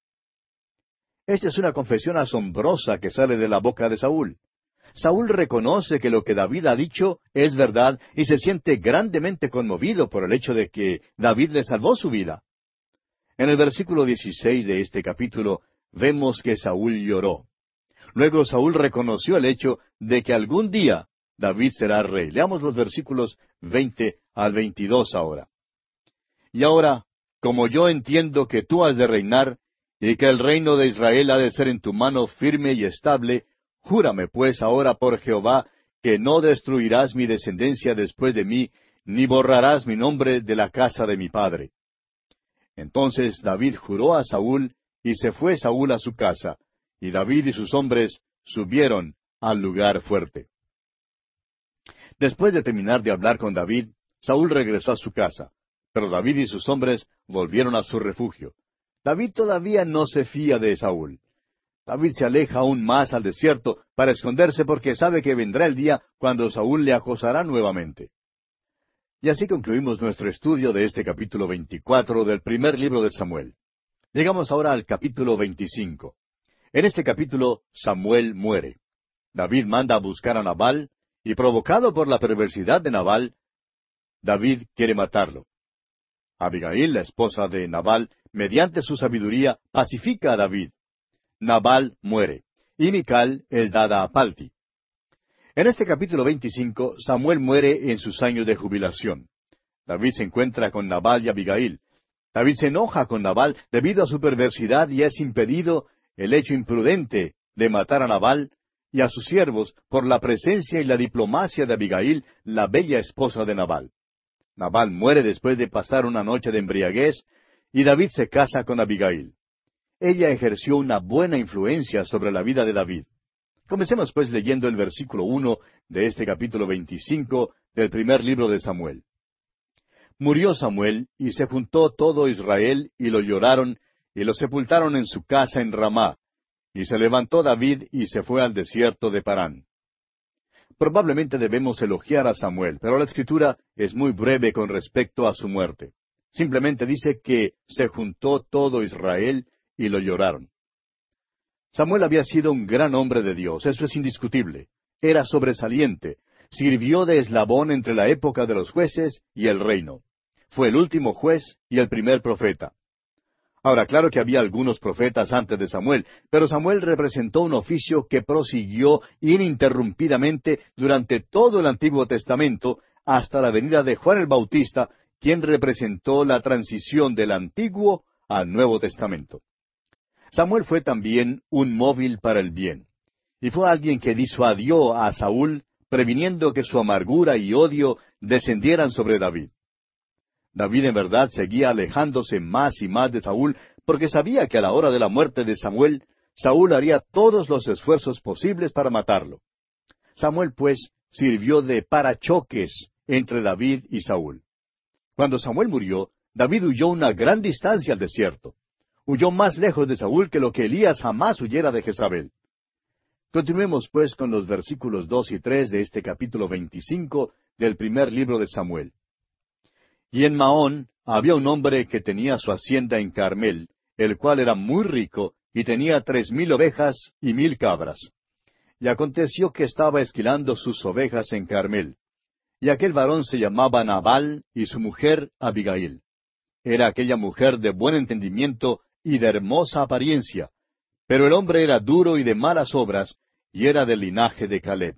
Esta es una confesión asombrosa que sale de la boca de Saúl. Saúl reconoce que lo que David ha dicho es verdad y se siente grandemente conmovido por el hecho de que David le salvó su vida. En el versículo dieciséis de este capítulo vemos que Saúl lloró. Luego Saúl reconoció el hecho de que algún día David será rey. Leamos los versículos veinte al veintidós ahora. Y ahora, como yo entiendo que tú has de reinar, y que el reino de Israel ha de ser en tu mano firme y estable, júrame pues ahora por Jehová, que no destruirás mi descendencia después de mí, ni borrarás mi nombre de la casa de mi padre. Entonces David juró a Saúl, y se fue Saúl a su casa, y David y sus hombres subieron al lugar fuerte. Después de terminar de hablar con David, Saúl regresó a su casa, pero David y sus hombres volvieron a su refugio. David todavía no se fía de Saúl. David se aleja aún más al desierto para esconderse porque sabe que vendrá el día cuando Saúl le acosará nuevamente. Y así concluimos nuestro estudio de este capítulo veinticuatro del primer libro de Samuel. Llegamos ahora al capítulo veinticinco. En este capítulo Samuel muere. David manda a buscar a Nabal, y provocado por la perversidad de Nabal, David quiere matarlo. Abigail, la esposa de Nabal, mediante su sabiduría, pacifica a David. Nabal muere, y Mical es dada a Palti. En este capítulo veinticinco, Samuel muere en sus años de jubilación. David se encuentra con Nabal y Abigail. David se enoja con Nabal debido a su perversidad y es impedido el hecho imprudente de matar a Nabal y a sus siervos por la presencia y la diplomacia de Abigail, la bella esposa de Nabal. Nabal muere después de pasar una noche de embriaguez, y David se casa con Abigail. Ella ejerció una buena influencia sobre la vida de David. Comencemos pues leyendo el versículo uno de este capítulo veinticinco del primer libro de Samuel. Murió Samuel, y se juntó todo Israel, y lo lloraron, y lo sepultaron en su casa en Ramá. Y se levantó David, y se fue al desierto de Parán. Probablemente debemos elogiar a Samuel, pero la Escritura es muy breve con respecto a su muerte. Simplemente dice que se juntó todo Israel y lo lloraron. Samuel había sido un gran hombre de Dios, eso es indiscutible. Era sobresaliente, sirvió de eslabón entre la época de los jueces y el reino. Fue el último juez y el primer profeta. Ahora, claro que había algunos profetas antes de Samuel, pero Samuel representó un oficio que prosiguió ininterrumpidamente durante todo el Antiguo Testamento hasta la venida de Juan el Bautista, quien representó la transición del Antiguo al Nuevo Testamento. Samuel fue también un móvil para el bien, y fue alguien que disuadió a Saúl, previniendo que su amargura y odio descendieran sobre David. David en verdad seguía alejándose más y más de Saúl, porque sabía que a la hora de la muerte de Samuel, Saúl haría todos los esfuerzos posibles para matarlo. Samuel, pues, sirvió de parachoques entre David y Saúl. Cuando Samuel murió, David huyó una gran distancia al desierto. Huyó más lejos de Saúl que lo que Elías jamás huyera de Jezabel. Continuemos, pues, con los versículos dos y tres de este capítulo veinticinco del primer libro de Samuel. Y en Maón había un hombre que tenía su hacienda en Carmel, el cual era muy rico y tenía tres mil ovejas y mil cabras. Y aconteció que estaba esquilando sus ovejas en Carmel. Y aquel varón se llamaba Nabal y su mujer Abigail. Era aquella mujer de buen entendimiento y de hermosa apariencia, pero el hombre era duro y de malas obras, y era del linaje de Caleb.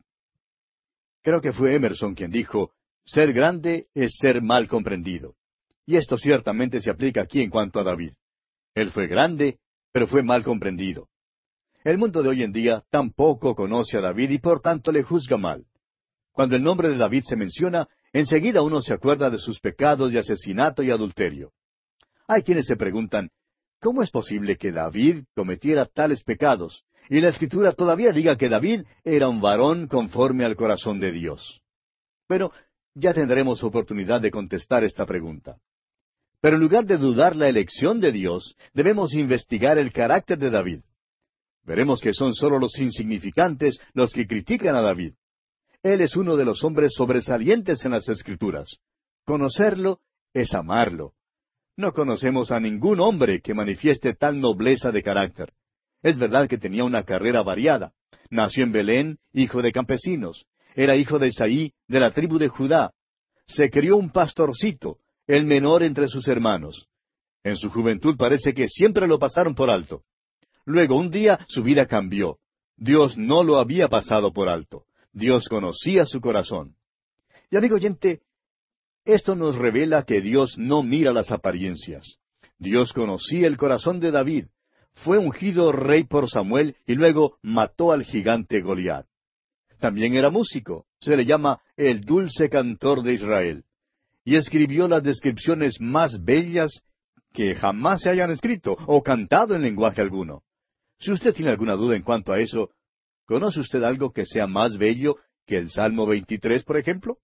Creo que fue Emerson quien dijo, ser grande es ser mal comprendido. Y esto ciertamente se aplica aquí en cuanto a David. Él fue grande, pero fue mal comprendido. El mundo de hoy en día tampoco conoce a David y por tanto le juzga mal. Cuando el nombre de David se menciona, enseguida uno se acuerda de sus pecados de asesinato y adulterio. Hay quienes se preguntan, ¿cómo es posible que David cometiera tales pecados? Y la Escritura todavía diga que David era un varón conforme al corazón de Dios. Pero ya tendremos oportunidad de contestar esta pregunta. Pero en lugar de dudar la elección de Dios, debemos investigar el carácter de David. Veremos que son solo los insignificantes los que critican a David. Él es uno de los hombres sobresalientes en las Escrituras. Conocerlo es amarlo. No conocemos a ningún hombre que manifieste tal nobleza de carácter. Es verdad que tenía una carrera variada. Nació en Belén, hijo de campesinos. Era hijo de Isaí, de la tribu de Judá. Se crió un pastorcito, el menor entre sus hermanos. En su juventud parece que siempre lo pasaron por alto. Luego, un día, su vida cambió. Dios no lo había pasado por alto. Dios conocía su corazón. Y amigo oyente, esto nos revela que Dios no mira las apariencias. Dios conocía el corazón de David. Fue ungido rey por Samuel y luego mató al gigante Goliat. También era músico. Se le llama el dulce cantor de Israel. Y escribió las descripciones más bellas que jamás se hayan escrito o cantado en lenguaje alguno. Si usted tiene alguna duda en cuanto a eso, ¿conoce usted algo que sea más bello que el Salmo veintitrés, por ejemplo?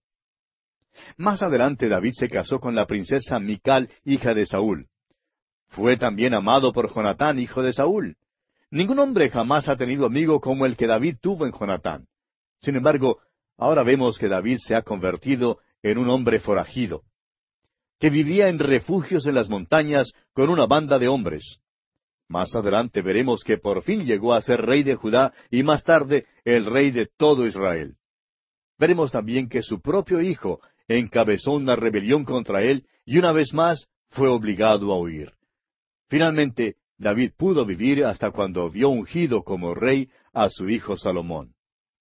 Más adelante David se casó con la princesa Mical, hija de Saúl. Fue también amado por Jonatán, hijo de Saúl. Ningún hombre jamás ha tenido amigo como el que David tuvo en Jonatán. Sin embargo, ahora vemos que David se ha convertido en un hombre forajido, que vivía en refugios en las montañas con una banda de hombres. Más adelante veremos que por fin llegó a ser rey de Judá y más tarde el rey de todo Israel. Veremos también que su propio hijo encabezó una rebelión contra él y una vez más fue obligado a huir. Finalmente, David pudo vivir hasta cuando vio ungido como rey a su hijo Salomón.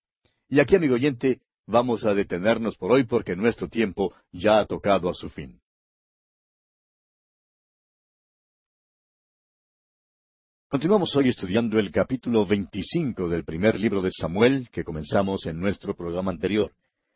Y aquí, amigo oyente, vamos a detenernos por hoy porque nuestro tiempo ya ha tocado a su fin. Continuamos hoy estudiando el capítulo veinticinco del primer libro de Samuel que comenzamos en nuestro programa anterior.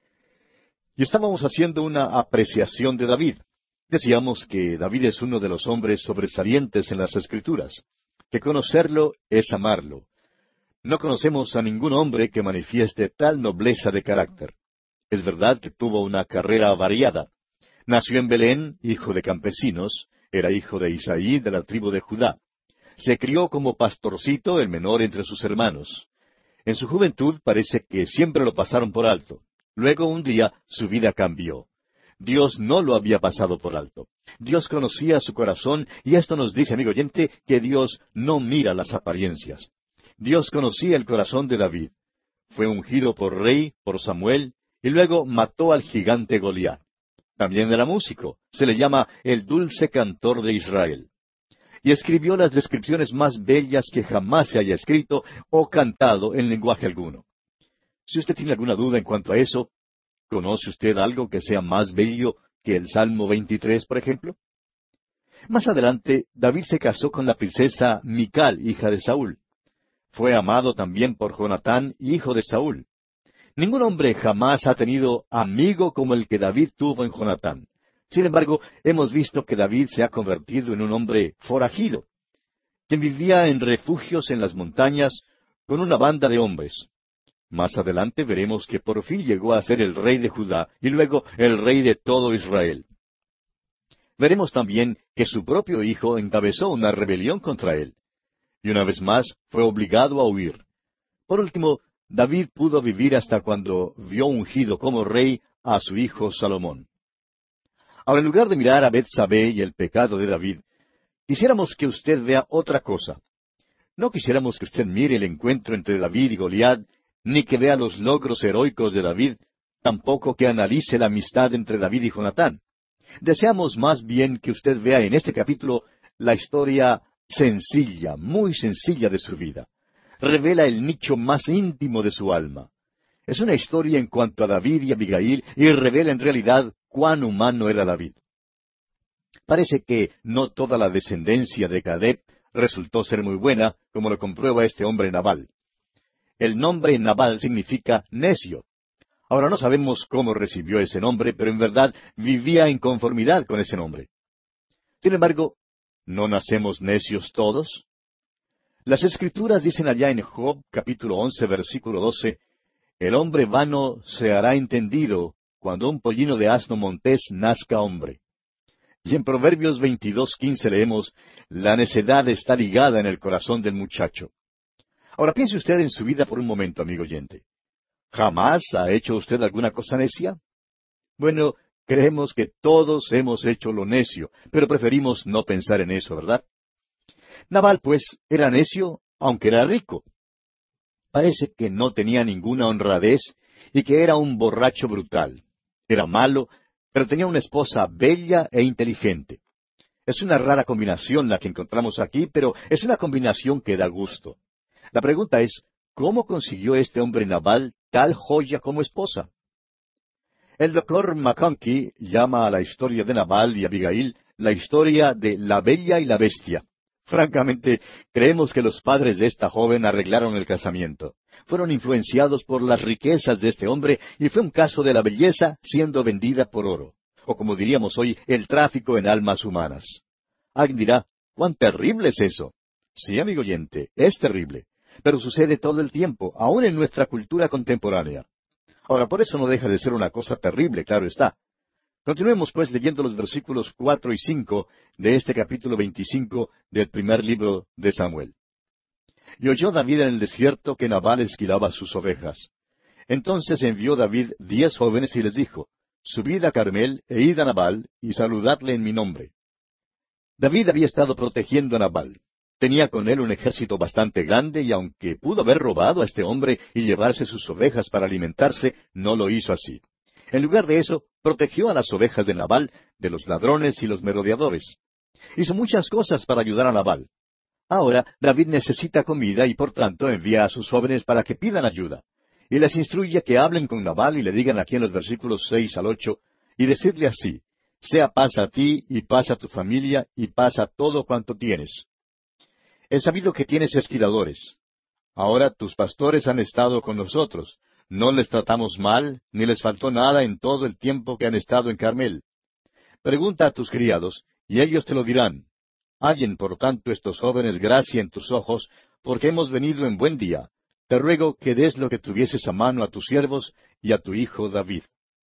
Y estábamos haciendo una apreciación de David. Decíamos que David es uno de los hombres sobresalientes en las Escrituras, que conocerlo es amarlo. No conocemos a ningún hombre que manifieste tal nobleza de carácter. Es verdad que tuvo una carrera variada. Nació en Belén, hijo de campesinos, era hijo de Isaí de la tribu de Judá. Se crió como pastorcito, el menor entre sus hermanos. En su juventud parece que siempre lo pasaron por alto. Luego un día su vida cambió. Dios no lo había pasado por alto. Dios conocía su corazón y esto nos dice, amigo oyente, que Dios no mira las apariencias. Dios conocía el corazón de David. Fue ungido por rey, por Samuel, y luego mató al gigante Goliat. También era músico. Se le llama el dulce cantor de Israel. Y escribió las descripciones más bellas que jamás se haya escrito o cantado en lenguaje alguno. Si usted tiene alguna duda en cuanto a eso, ¿conoce usted algo que sea más bello que el Salmo veintitrés, por ejemplo? Más adelante, David se casó con la princesa Mical, hija de Saúl. Fue amado también por Jonatán, hijo de Saúl. Ningún hombre jamás ha tenido amigo como el que David tuvo en Jonatán. Sin embargo, hemos visto que David se ha convertido en un hombre forajido, quien vivía en refugios en las montañas con una banda de hombres. Más adelante veremos que por fin llegó a ser el rey de Judá y luego el rey de todo Israel. Veremos también que su propio hijo encabezó una rebelión contra él. Y una vez más fue obligado a huir. Por último, David pudo vivir hasta cuando vio ungido como rey a su hijo Salomón. Ahora, en lugar de mirar a Betsabé y el pecado de David, quisiéramos que usted vea otra cosa. No quisiéramos que usted mire el encuentro entre David y Goliat, ni que vea los logros heroicos de David, tampoco que analice la amistad entre David y Jonatán. Deseamos más bien que usted vea en este capítulo la historia sencilla, muy sencilla de su vida. Revela el nicho más íntimo de su alma. Es una historia en cuanto a David y Abigail y revela en realidad cuán humano era David. Parece que no toda la descendencia de Caleb resultó ser muy buena, como lo comprueba este hombre Nabal. El nombre Nabal significa necio. Ahora no sabemos cómo recibió ese nombre, pero en verdad vivía en conformidad con ese nombre. Sin embargo, ¿no nacemos necios todos? Las Escrituras dicen allá en Job capítulo once versículo doce, el hombre vano se hará entendido cuando un pollino de asno montés nazca hombre. Y en Proverbios veintidós quince leemos, la necedad está ligada en el corazón del muchacho. Ahora piense usted en su vida por un momento, amigo oyente. ¿Jamás ha hecho usted alguna cosa necia? Bueno, creemos que todos hemos hecho lo necio, pero preferimos no pensar en eso, ¿verdad? Nabal, pues, era necio, aunque era rico. Parece que no tenía ninguna honradez y que era un borracho brutal. Era malo, pero tenía una esposa bella e inteligente. Es una rara combinación la que encontramos aquí, pero es una combinación que da gusto. La pregunta es, ¿cómo consiguió este hombre Nabal tal joya como esposa? El doctor McConkie llama a la historia de Nabal y Abigail la historia de la bella y la bestia. Francamente, creemos que los padres de esta joven arreglaron el casamiento. Fueron influenciados por las riquezas de este hombre y fue un caso de la belleza siendo vendida por oro. O como diríamos hoy, el tráfico en almas humanas. Alguien dirá, ¿cuán terrible es eso? Sí, amigo oyente, es terrible. Pero sucede todo el tiempo, aún en nuestra cultura contemporánea. Ahora, por eso no deja de ser una cosa terrible, claro está. Continuemos pues leyendo los versículos cuatro y cinco de este capítulo veinticinco del primer libro de Samuel. Y oyó David en el desierto que Nabal esquilaba sus ovejas. Entonces envió David diez jóvenes y les dijo, subid a Carmel e id a Nabal y saludadle en mi nombre. David había estado protegiendo a Nabal. Tenía con él un ejército bastante grande y aunque pudo haber robado a este hombre y llevarse sus ovejas para alimentarse, no lo hizo así. En lugar de eso, protegió a las ovejas de Nabal de los ladrones y los merodeadores. Hizo muchas cosas para ayudar a Nabal. Ahora David necesita comida y por tanto envía a sus jóvenes para que pidan ayuda. Y les instruye que hablen con Nabal y le digan aquí en los versículos seis al ocho, y decirle así, sea paz a ti y paz a tu familia y paz a todo cuanto tienes. He sabido que tienes esquiladores. Ahora tus pastores han estado con nosotros. No les tratamos mal, ni les faltó nada en todo el tiempo que han estado en Carmel. Pregunta a tus criados, y ellos te lo dirán. Hallen, por tanto, estos jóvenes gracia en tus ojos, porque hemos venido en buen día. Te ruego que des lo que tuvieses a mano a tus siervos y a tu hijo David.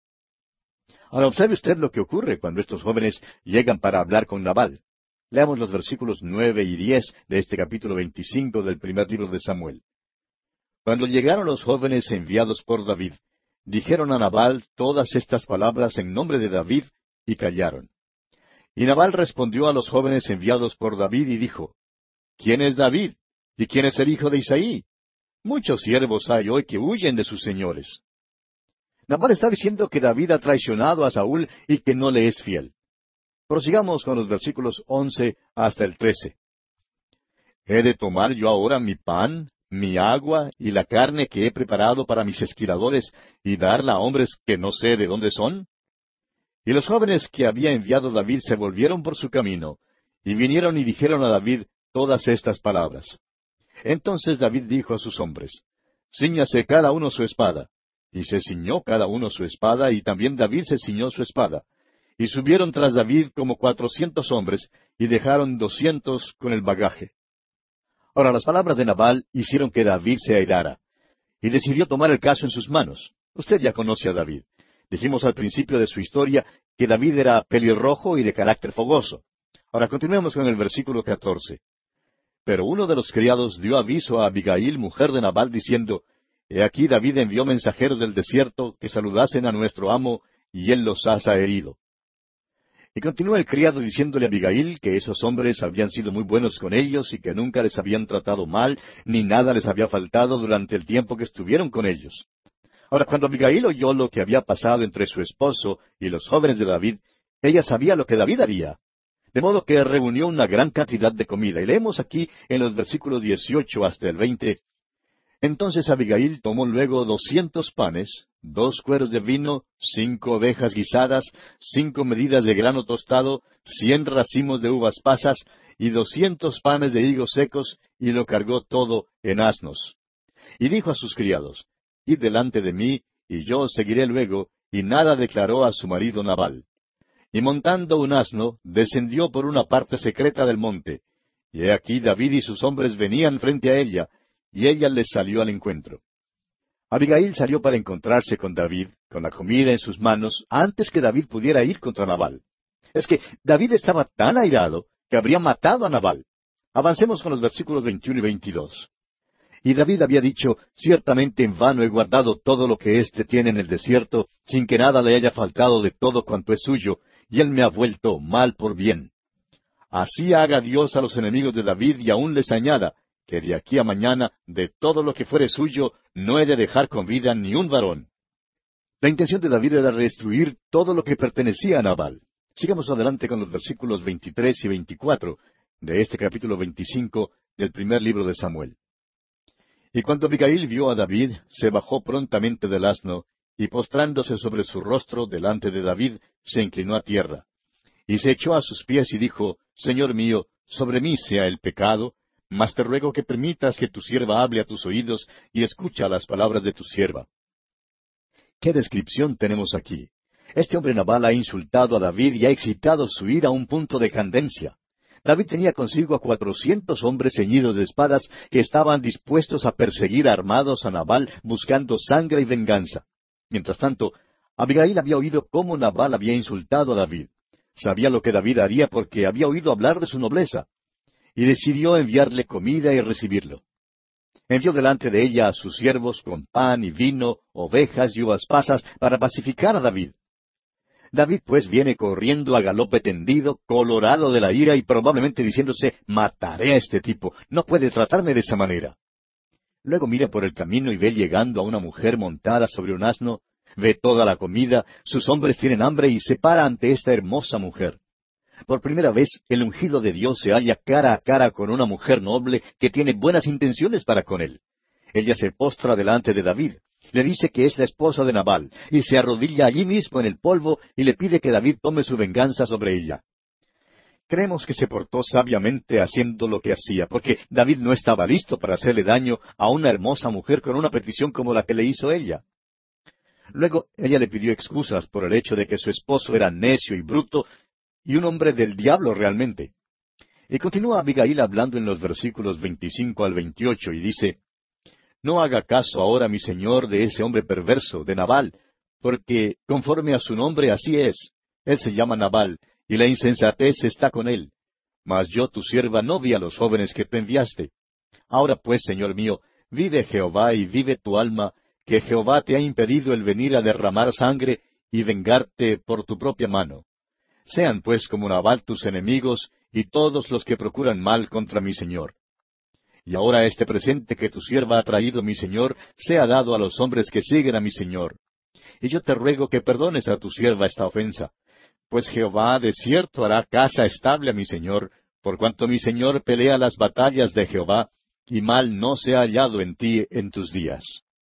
Ahora observe usted lo que ocurre cuando estos jóvenes llegan para hablar con Nabal. Leamos los versículos nueve y diez de este capítulo veinticinco del primer libro de Samuel. Cuando llegaron los jóvenes enviados por David, dijeron a Nabal todas estas palabras en nombre de David, y callaron. Y Nabal respondió a los jóvenes enviados por David y dijo, ¿quién es David? ¿Y quién es el hijo de Isaí? Muchos siervos hay hoy que huyen de sus señores. Nabal está diciendo que David ha traicionado a Saúl y que no le es fiel. Prosigamos con los versículos once hasta el trece. ¿He de tomar yo ahora mi pan, mi agua y la carne que he preparado para mis esquiladores y darla a hombres que no sé de dónde son? Y los jóvenes que había enviado David se volvieron por su camino, y vinieron y dijeron a David todas estas palabras. Entonces David dijo a sus hombres, Cíñase cada uno su espada. Y se ciñó cada uno su espada, y también David se ciñó su espada. Y subieron tras David como cuatrocientos hombres, y dejaron doscientos con el bagaje. Ahora las palabras de Nabal hicieron que David se airara, y decidió tomar el caso en sus manos. Usted ya conoce a David. Dijimos al principio de su historia que David era pelirrojo y de carácter fogoso. Ahora continuemos con el versículo catorce. Pero uno de los criados dio aviso a Abigail, mujer de Nabal, diciendo, He aquí David envió mensajeros del desierto que saludasen a nuestro amo, y él los ha herido. Y continúa el criado diciéndole a Abigail que esos hombres habían sido muy buenos con ellos y que nunca les habían tratado mal, ni nada les había faltado durante el tiempo que estuvieron con ellos. Ahora, cuando Abigail oyó lo que había pasado entre su esposo y los jóvenes de David, ella sabía lo que David haría. De modo que reunió una gran cantidad de comida. Y leemos aquí en los versículos dieciocho hasta el veinte. Entonces Abigail tomó luego doscientos panes, dos cueros de vino, cinco ovejas guisadas, cinco medidas de grano tostado, cien racimos de uvas pasas y doscientos panes de higos secos, y lo cargó todo en asnos. Y dijo a sus criados, Id delante de mí, y yo os seguiré luego, y nada declaró a su marido Nabal. Y montando un asno, descendió por una parte secreta del monte. Y he aquí David y sus hombres venían frente a ella, y ella les salió al encuentro. Abigail salió para encontrarse con David, con la comida en sus manos, antes que David pudiera ir contra Nabal. Es que David estaba tan airado que habría matado a Nabal. Avancemos con los versículos veintiuno y veintidós. Y David había dicho, ciertamente en vano he guardado todo lo que éste tiene en el desierto, sin que nada le haya faltado de todo cuanto es suyo, y él me ha vuelto mal por bien. Así haga Dios a los enemigos de David y aún les añada, que de aquí a mañana, de todo lo que fuere suyo, no he de dejar con vida ni un varón. La intención de David era destruir todo lo que pertenecía a Nabal. Sigamos adelante con los versículos veintitrés y veinticuatro de este capítulo veinticinco del primer libro de Samuel. Y cuando Abigail vio a David, se bajó prontamente del asno, y postrándose sobre su rostro delante de David, se inclinó a tierra. Y se echó a sus pies y dijo, Señor mío, sobre mí sea el pecado, mas te ruego que permitas que tu sierva hable a tus oídos y escucha las palabras de tu sierva. ¿Qué descripción tenemos aquí? Este hombre Nabal ha insultado a David y ha excitado su ira a un punto de candencia. David tenía consigo a cuatrocientos hombres ceñidos de espadas que estaban dispuestos a perseguir armados a Nabal buscando sangre y venganza. Mientras tanto, Abigail había oído cómo Nabal había insultado a David. Sabía lo que David haría porque había oído hablar de su nobleza. Y decidió enviarle comida y recibirlo. Envió delante de ella a sus siervos con pan y vino, ovejas y uvas pasas para pacificar a David. David pues viene corriendo a galope tendido, colorado de la ira y probablemente diciéndose, mataré a este tipo, no puede tratarme de esa manera. Luego mira por el camino y ve llegando a una mujer montada sobre un asno, ve toda la comida, sus hombres tienen hambre y se para ante esta hermosa mujer. Por primera vez, el ungido de Dios se halla cara a cara con una mujer noble que tiene buenas intenciones para con él. Ella se postra delante de David, le dice que es la esposa de Nabal, y se arrodilla allí mismo en el polvo y le pide que David tome su venganza sobre ella. Creemos que se portó sabiamente haciendo lo que hacía, porque David no estaba listo para hacerle daño a una hermosa mujer con una petición como la que le hizo ella. Luego ella le pidió excusas por el hecho de que su esposo era necio y bruto, y un hombre del diablo realmente. Y continúa Abigail hablando en los versículos veinticinco al veintiocho, y dice, No haga caso ahora, mi señor, de ese hombre perverso, de Nabal, porque conforme a su nombre así es. Él se llama Nabal, y la insensatez está con él. Mas yo, tu sierva, no vi a los jóvenes que tú enviaste. Ahora pues, señor mío, vive Jehová y vive tu alma, que Jehová te ha impedido el venir a derramar sangre y vengarte por tu propia mano. Sean pues como Nabal tus enemigos y todos los que procuran mal contra mi señor. Y ahora este presente que tu sierva ha traído mi señor sea dado a los hombres que siguen a mi señor. Y yo te ruego que perdones a tu sierva esta ofensa, pues Jehová de cierto hará casa estable a mi señor, por cuanto mi señor pelea las batallas de Jehová, y mal no se ha hallado en ti en tus días.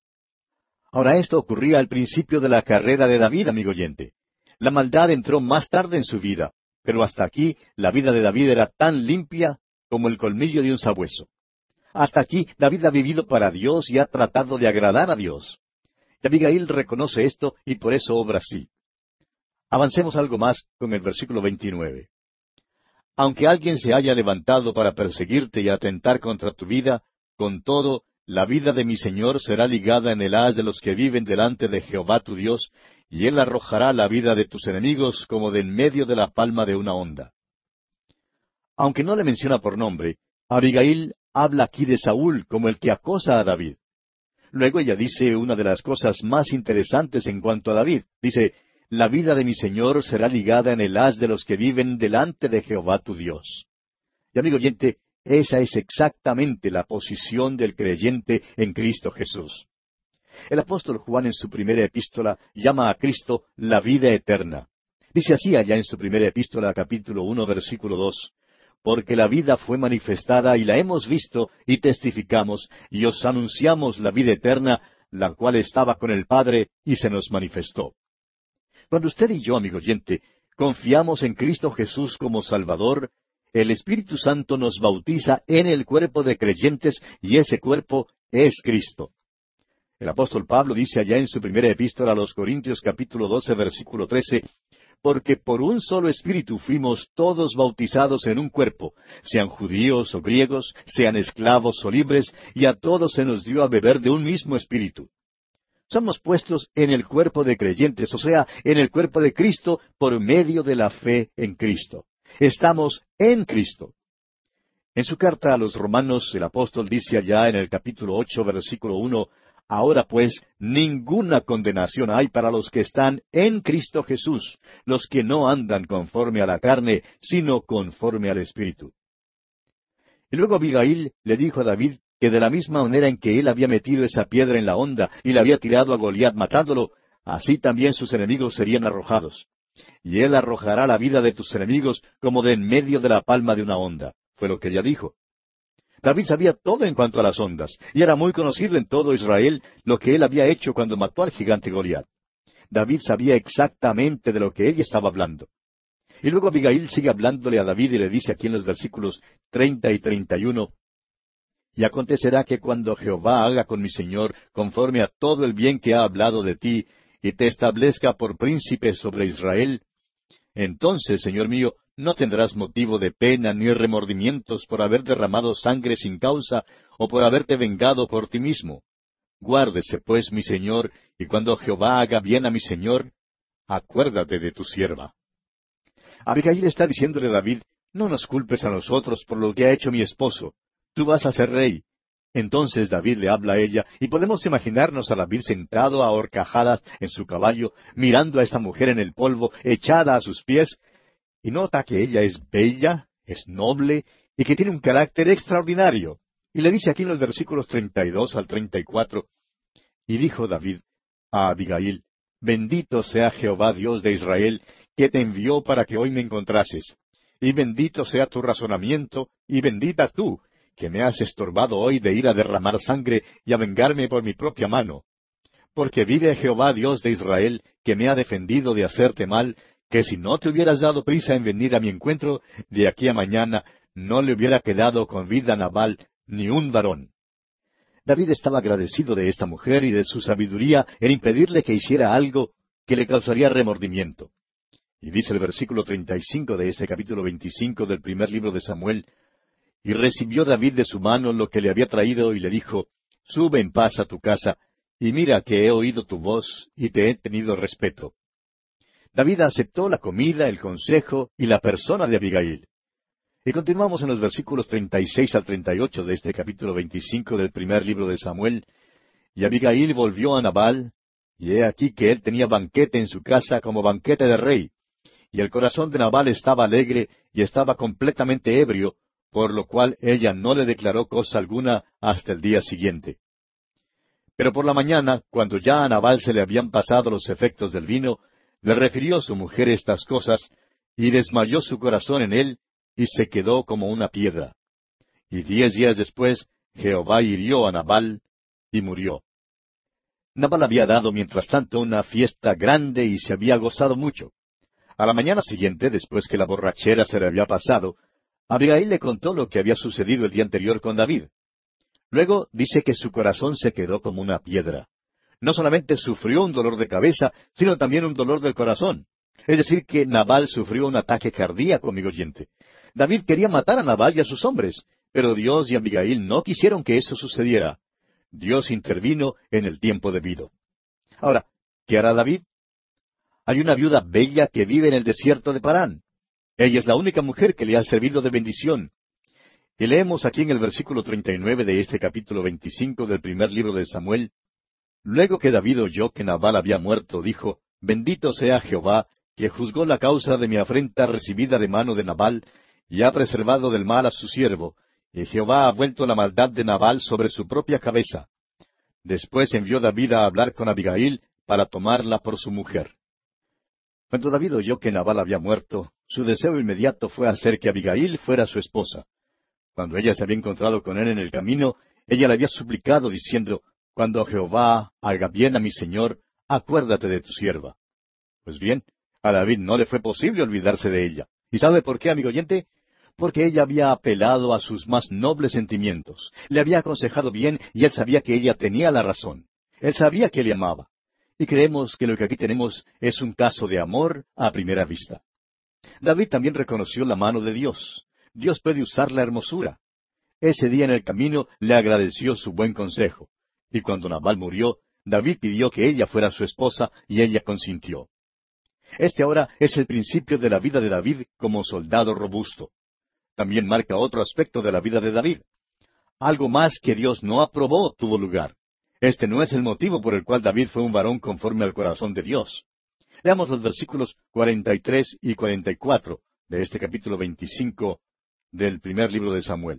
Ahora esto ocurría al principio de la carrera de David, amigo oyente. La maldad entró más tarde en su vida, pero hasta aquí la vida de David era tan limpia como el colmillo de un sabueso. Hasta aquí David ha vivido para Dios y ha tratado de agradar a Dios. Y Abigail reconoce esto y por eso obra así. Avancemos algo más con el versículo veintinueve. Aunque alguien se haya levantado para perseguirte y atentar contra tu vida, con todo, la vida de mi Señor será ligada en el haz de los que viven delante de Jehová tu Dios, y Él arrojará la vida de tus enemigos como de en medio de la palma de una onda. Aunque no le menciona por nombre, Abigail habla aquí de Saúl como el que acosa a David. Luego ella dice una de las cosas más interesantes en cuanto a David. Dice, la vida de mi Señor será ligada en el haz de los que viven delante de Jehová tu Dios. Y amigo oyente, esa es exactamente la posición del creyente en Cristo Jesús. El apóstol Juan en su primera epístola llama a Cristo la vida eterna. Dice así allá en su primera epístola, capítulo uno, versículo dos, porque la vida fue manifestada y la hemos visto y testificamos, y os anunciamos la vida eterna, la cual estaba con el Padre y se nos manifestó. Cuando usted y yo, amigo oyente, confiamos en Cristo Jesús como Salvador, el Espíritu Santo nos bautiza en el cuerpo de creyentes y ese cuerpo es Cristo. El apóstol Pablo dice allá en su primera epístola a los Corintios capítulo doce versículo trece, porque por un solo Espíritu fuimos todos bautizados en un cuerpo, sean judíos o griegos, sean esclavos o libres, y a todos se nos dio a beber de un mismo Espíritu. Somos puestos en el cuerpo de creyentes, o sea, en el cuerpo de Cristo por medio de la fe en Cristo. Estamos en Cristo. En su carta a los Romanos, el apóstol dice allá en el capítulo ocho, versículo uno, ahora pues, ninguna condenación hay para los que están en Cristo Jesús, los que no andan conforme a la carne, sino conforme al Espíritu. Y luego Abigail le dijo a David que de la misma manera en que él había metido esa piedra en la honda y la había tirado a Goliat matándolo, así también sus enemigos serían arrojados. Y él arrojará la vida de tus enemigos como de en medio de la palma de una honda. Fue lo que ella dijo. David sabía todo en cuanto a las ondas, y era muy conocido en todo Israel lo que él había hecho cuando mató al gigante Goliat. David sabía exactamente de lo que ella estaba hablando. Y luego Abigail sigue hablándole a David y le dice aquí en los versículos treinta y treinta y uno, y acontecerá que cuando Jehová haga con mi Señor conforme a todo el bien que ha hablado de ti, y te establezca por príncipe sobre Israel, entonces, Señor mío, no tendrás motivo de pena ni remordimientos por haber derramado sangre sin causa, o por haberte vengado por ti mismo. Guárdese, pues, mi Señor, y cuando Jehová haga bien a mi Señor, acuérdate de tu sierva. Abigail está diciéndole a David, no nos culpes a nosotros por lo que ha hecho mi esposo. Tú vas a ser rey. Entonces David le habla a ella, y podemos imaginarnos a David sentado a horcajadas en su caballo, mirando a esta mujer en el polvo, echada a sus pies, y nota que ella es bella, es noble, y que tiene un carácter extraordinario. Y le dice aquí en los versículos treinta y dos al treinta y cuatro, y dijo David a Abigail, bendito sea Jehová Dios de Israel, que te envió para que hoy me encontrases. Y bendito sea tu razonamiento, y bendita tú, que me has estorbado hoy de ir a derramar sangre y a vengarme por mi propia mano. Porque vive Jehová Dios de Israel, que me ha defendido de hacerte mal, que si no te hubieras dado prisa en venir a mi encuentro, de aquí a mañana no le hubiera quedado con vida a Nabal ni un varón. David estaba agradecido de esta mujer y de su sabiduría en impedirle que hiciera algo que le causaría remordimiento. Y dice el versículo treinta y cinco de este capítulo veinticinco del primer libro de Samuel, y recibió David de su mano lo que le había traído, y le dijo, sube en paz a tu casa, y mira que he oído tu voz, y te he tenido respeto. David aceptó la comida, el consejo y la persona de Abigail. Y continuamos en los versículos treinta y seis al treinta y ocho de este capítulo veinticinco del primer libro de Samuel. Y Abigail volvió a Nabal, y he aquí que él tenía banquete en su casa como banquete de rey. Y el corazón de Nabal estaba alegre y estaba completamente ebrio, por lo cual ella no le declaró cosa alguna hasta el día siguiente. Pero por la mañana, cuando ya a Nabal se le habían pasado los efectos del vino, le refirió su mujer estas cosas, y desmayó su corazón en él, y se quedó como una piedra. Y diez días después, Jehová hirió a Nabal, y murió. Nabal había dado mientras tanto una fiesta grande y se había gozado mucho. A la mañana siguiente, después que la borrachera se le había pasado, Abigail le contó lo que había sucedido el día anterior con David. Luego dice que su corazón se quedó como una piedra. No solamente sufrió un dolor de cabeza, sino también un dolor del corazón. Es decir, que Nabal sufrió un ataque cardíaco, amigo oyente. David quería matar a Nabal y a sus hombres, pero Dios y Abigail no quisieron que eso sucediera. Dios intervino en el tiempo debido. Ahora, ¿qué hará David? Hay una viuda bella que vive en el desierto de Parán. Ella es la única mujer que le ha servido de bendición. Y leemos aquí en el versículo treinta y nueve de este capítulo veinticinco del primer libro de Samuel, luego que David oyó que Nabal había muerto, dijo, Bendito sea Jehová, que juzgó la causa de mi afrenta recibida de mano de Nabal, y ha preservado del mal a su siervo, y Jehová ha vuelto la maldad de Nabal sobre su propia cabeza. Después envió David a hablar con Abigail para tomarla por su mujer. Cuando David oyó que Nabal había muerto, su deseo inmediato fue hacer que Abigail fuera su esposa. Cuando ella se había encontrado con él en el camino, ella le había suplicado diciendo, «Cuando Jehová haga bien a mi señor, acuérdate de tu sierva». Pues bien, a David no le fue posible olvidarse de ella. ¿Y sabe por qué, amigo oyente? Porque ella había apelado a sus más nobles sentimientos. Le había aconsejado bien y él sabía que ella tenía la razón. Él sabía que le amaba. Y creemos que lo que aquí tenemos es un caso de amor a primera vista. David también reconoció la mano de Dios. Dios puede usar la hermosura. Ese día en el camino le agradeció su buen consejo. Y cuando Nabal murió, David pidió que ella fuera su esposa y ella consintió. Este ahora es el principio de la vida de David como soldado robusto. También marca otro aspecto de la vida de David. Algo más que Dios no aprobó tuvo lugar. Este no es el motivo por el cual David fue un varón conforme al corazón de Dios. Leamos los versículos cuarenta y tres y cuarenta y cuatro de este capítulo veinticinco del primer libro de Samuel.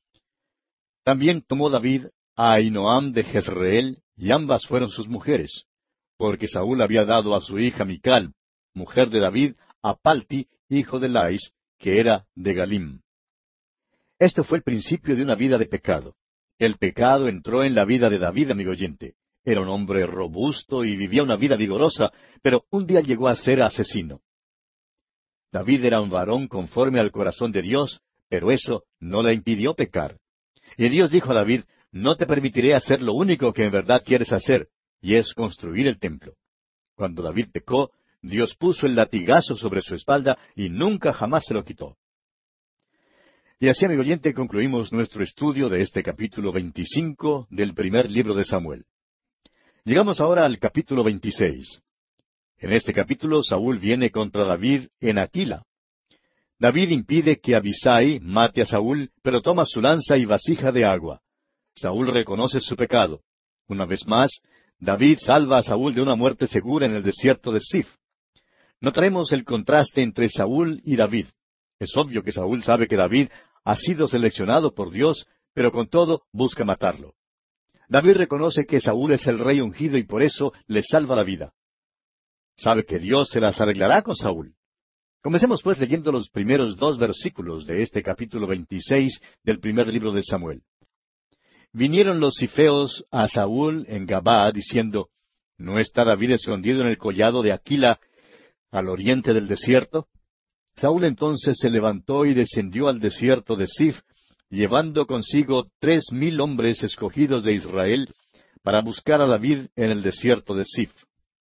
También tomó David a Ahinoam de Jezreel, y ambas fueron sus mujeres, porque Saúl había dado a su hija Mical, mujer de David, a Palti, hijo de Lais, que era de Galim. Esto fue el principio de una vida de pecado. El pecado entró en la vida de David, amigo oyente. Era un hombre robusto y vivía una vida vigorosa, pero un día llegó a ser asesino. David era un varón conforme al corazón de Dios, pero eso no le impidió pecar. Y Dios dijo a David, no te permitiré hacer lo único que en verdad quieres hacer, y es construir el templo. Cuando David pecó, Dios puso el latigazo sobre su espalda y nunca jamás se lo quitó. Y así, amigo oyente, concluimos nuestro estudio de este capítulo veinticinco del primer libro de Samuel. Llegamos ahora al capítulo veintiséis. En este capítulo Saúl viene contra David en Aquila. David impide que Abisai mate a Saúl, pero toma su lanza y vasija de agua. Saúl reconoce su pecado. Una vez más, David salva a Saúl de una muerte segura en el desierto de Sif. Notaremos el contraste entre Saúl y David. Es obvio que Saúl sabe que David ha sido seleccionado por Dios, pero con todo busca matarlo. David reconoce que Saúl es el rey ungido y por eso le salva la vida. Sabe que Dios se las arreglará con Saúl. Comencemos pues leyendo los primeros dos versículos de este capítulo veintiséis del primer libro de Samuel. Vinieron los cifeos a Saúl en Gabaa diciendo, ¿no está David escondido en el collado de Aquila, al oriente del desierto? Saúl entonces se levantó y descendió al desierto de Sif, llevando consigo tres mil hombres escogidos de Israel, para buscar a David en el desierto de Sif.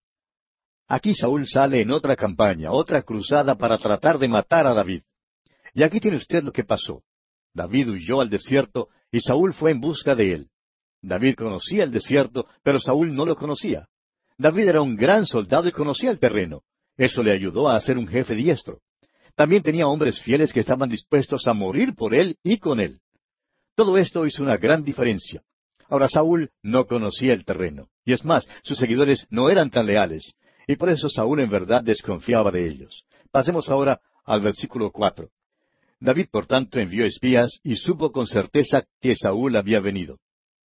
Aquí Saúl sale en otra campaña, otra cruzada para tratar de matar a David. Y aquí tiene usted lo que pasó. David huyó al desierto y Saúl fue en busca de él. David conocía el desierto, pero Saúl no lo conocía. David era un gran soldado y conocía el terreno. Eso le ayudó a ser un jefe diestro. También tenía hombres fieles que estaban dispuestos a morir por él y con él. Todo esto hizo una gran diferencia. Ahora Saúl no conocía el terreno. Y es más, sus seguidores no eran tan leales. Y por eso Saúl en verdad desconfiaba de ellos. Pasemos ahora al versículo cuatro. David, por tanto, envió espías y supo con certeza que Saúl había venido.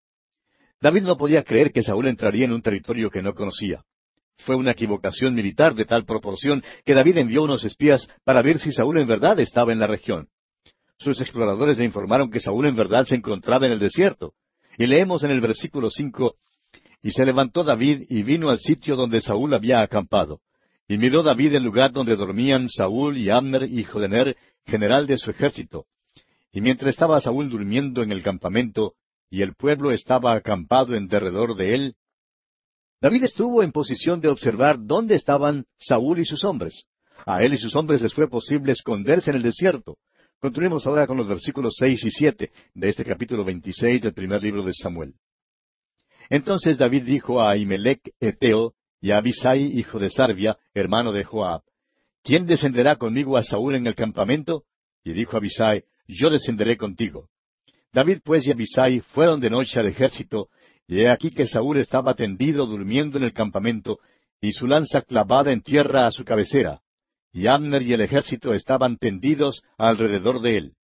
David no podía creer que Saúl entraría en un territorio que no conocía. Fue una equivocación militar de tal proporción que David envió unos espías para ver si Saúl en verdad estaba en la región. Sus exploradores le informaron que Saúl en verdad se encontraba en el desierto. Y leemos en el versículo cinco, «Y se levantó David y vino al sitio donde Saúl había acampado. Y miró David el lugar donde dormían Saúl y Abner, hijo de Ner, general de su ejército. Y mientras estaba Saúl durmiendo en el campamento, y el pueblo estaba acampado en derredor de él, David estuvo en posición de observar dónde estaban Saúl y sus hombres. A él y sus hombres les fue posible esconderse en el desierto. Continuemos ahora con los versículos seis y siete de este capítulo veintiséis del primer libro de Samuel. Entonces David dijo a Ahimelech Eteo y a Abisai, hijo de Sarvia, hermano de Joab, ¿quién descenderá conmigo a Saúl en el campamento? Y dijo Abisai, yo descenderé contigo. David pues y Abisai fueron de noche al ejército, y he aquí que Saúl estaba tendido durmiendo en el campamento, y su lanza clavada en tierra a su cabecera, y Abner y el ejército estaban tendidos alrededor de él.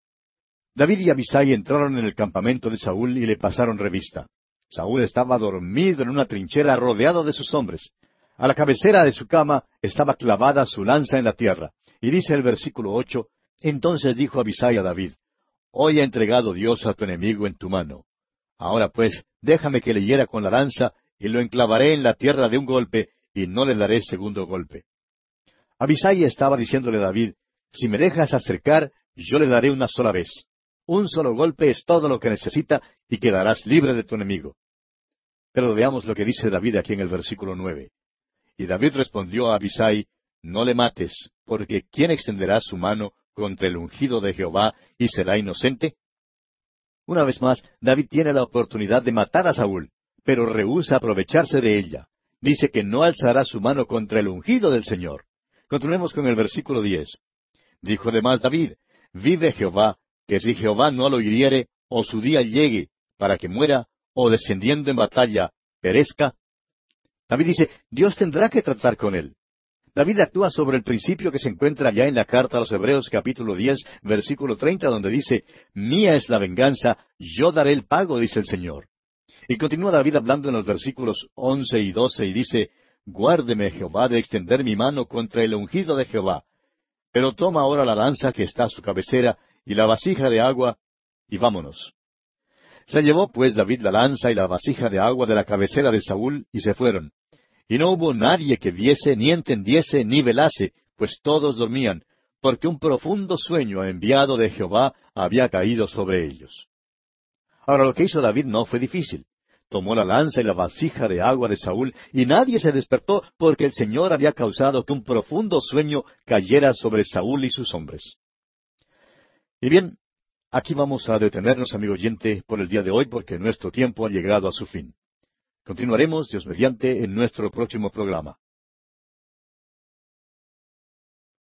David y Abisai entraron en el campamento de Saúl y le pasaron revista. Saúl estaba dormido en una trinchera rodeado de sus hombres. A la cabecera de su cama estaba clavada su lanza en la tierra. Y dice el versículo ocho, entonces dijo Abisai a David, hoy ha entregado Dios a tu enemigo en tu mano. Ahora pues, déjame que le hiera con la lanza, y lo enclavaré en la tierra de un golpe, y no le daré segundo golpe. Abisai estaba diciéndole a David, si me dejas acercar, yo le daré una sola vez. Un solo golpe es todo lo que necesita, y quedarás libre de tu enemigo. Pero veamos lo que dice David aquí en el versículo nueve. Y David respondió a Abisai, no le mates, porque ¿quién extenderá su mano contra el ungido de Jehová y será inocente? Una vez más, David tiene la oportunidad de matar a Saúl, pero rehúsa aprovecharse de ella. Dice que no alzará su mano contra el ungido del Señor. Continuemos con el versículo diez. Dijo además David, vive Jehová, que si Jehová no lo hiriere, o su día llegue, para que muera, o descendiendo en batalla, perezca. David dice, Dios tendrá que tratar con él. David actúa sobre el principio que se encuentra ya en la carta a los Hebreos capítulo diez, versículo treinta, donde dice, mía es la venganza, yo daré el pago, dice el Señor. Y continúa David hablando en los versículos once y doce, y dice, guárdeme Jehová de extender mi mano contra el ungido de Jehová. Pero toma ahora la lanza que está a su cabecera, y la vasija de agua, y vámonos. Se llevó pues David la lanza y la vasija de agua de la cabecera de Saúl, y se fueron. Y no hubo nadie que viese, ni entendiese, ni velase, pues todos dormían, porque un profundo sueño enviado de Jehová había caído sobre ellos. Ahora lo que hizo David no fue difícil. Tomó la lanza y la vasija de agua de Saúl, y nadie se despertó, porque el Señor había causado que un profundo sueño cayera sobre Saúl y sus hombres. Y bien, aquí vamos a detenernos, amigo oyente, por el día de hoy, porque nuestro tiempo ha llegado a su fin. Continuaremos, Dios mediante, en nuestro próximo programa.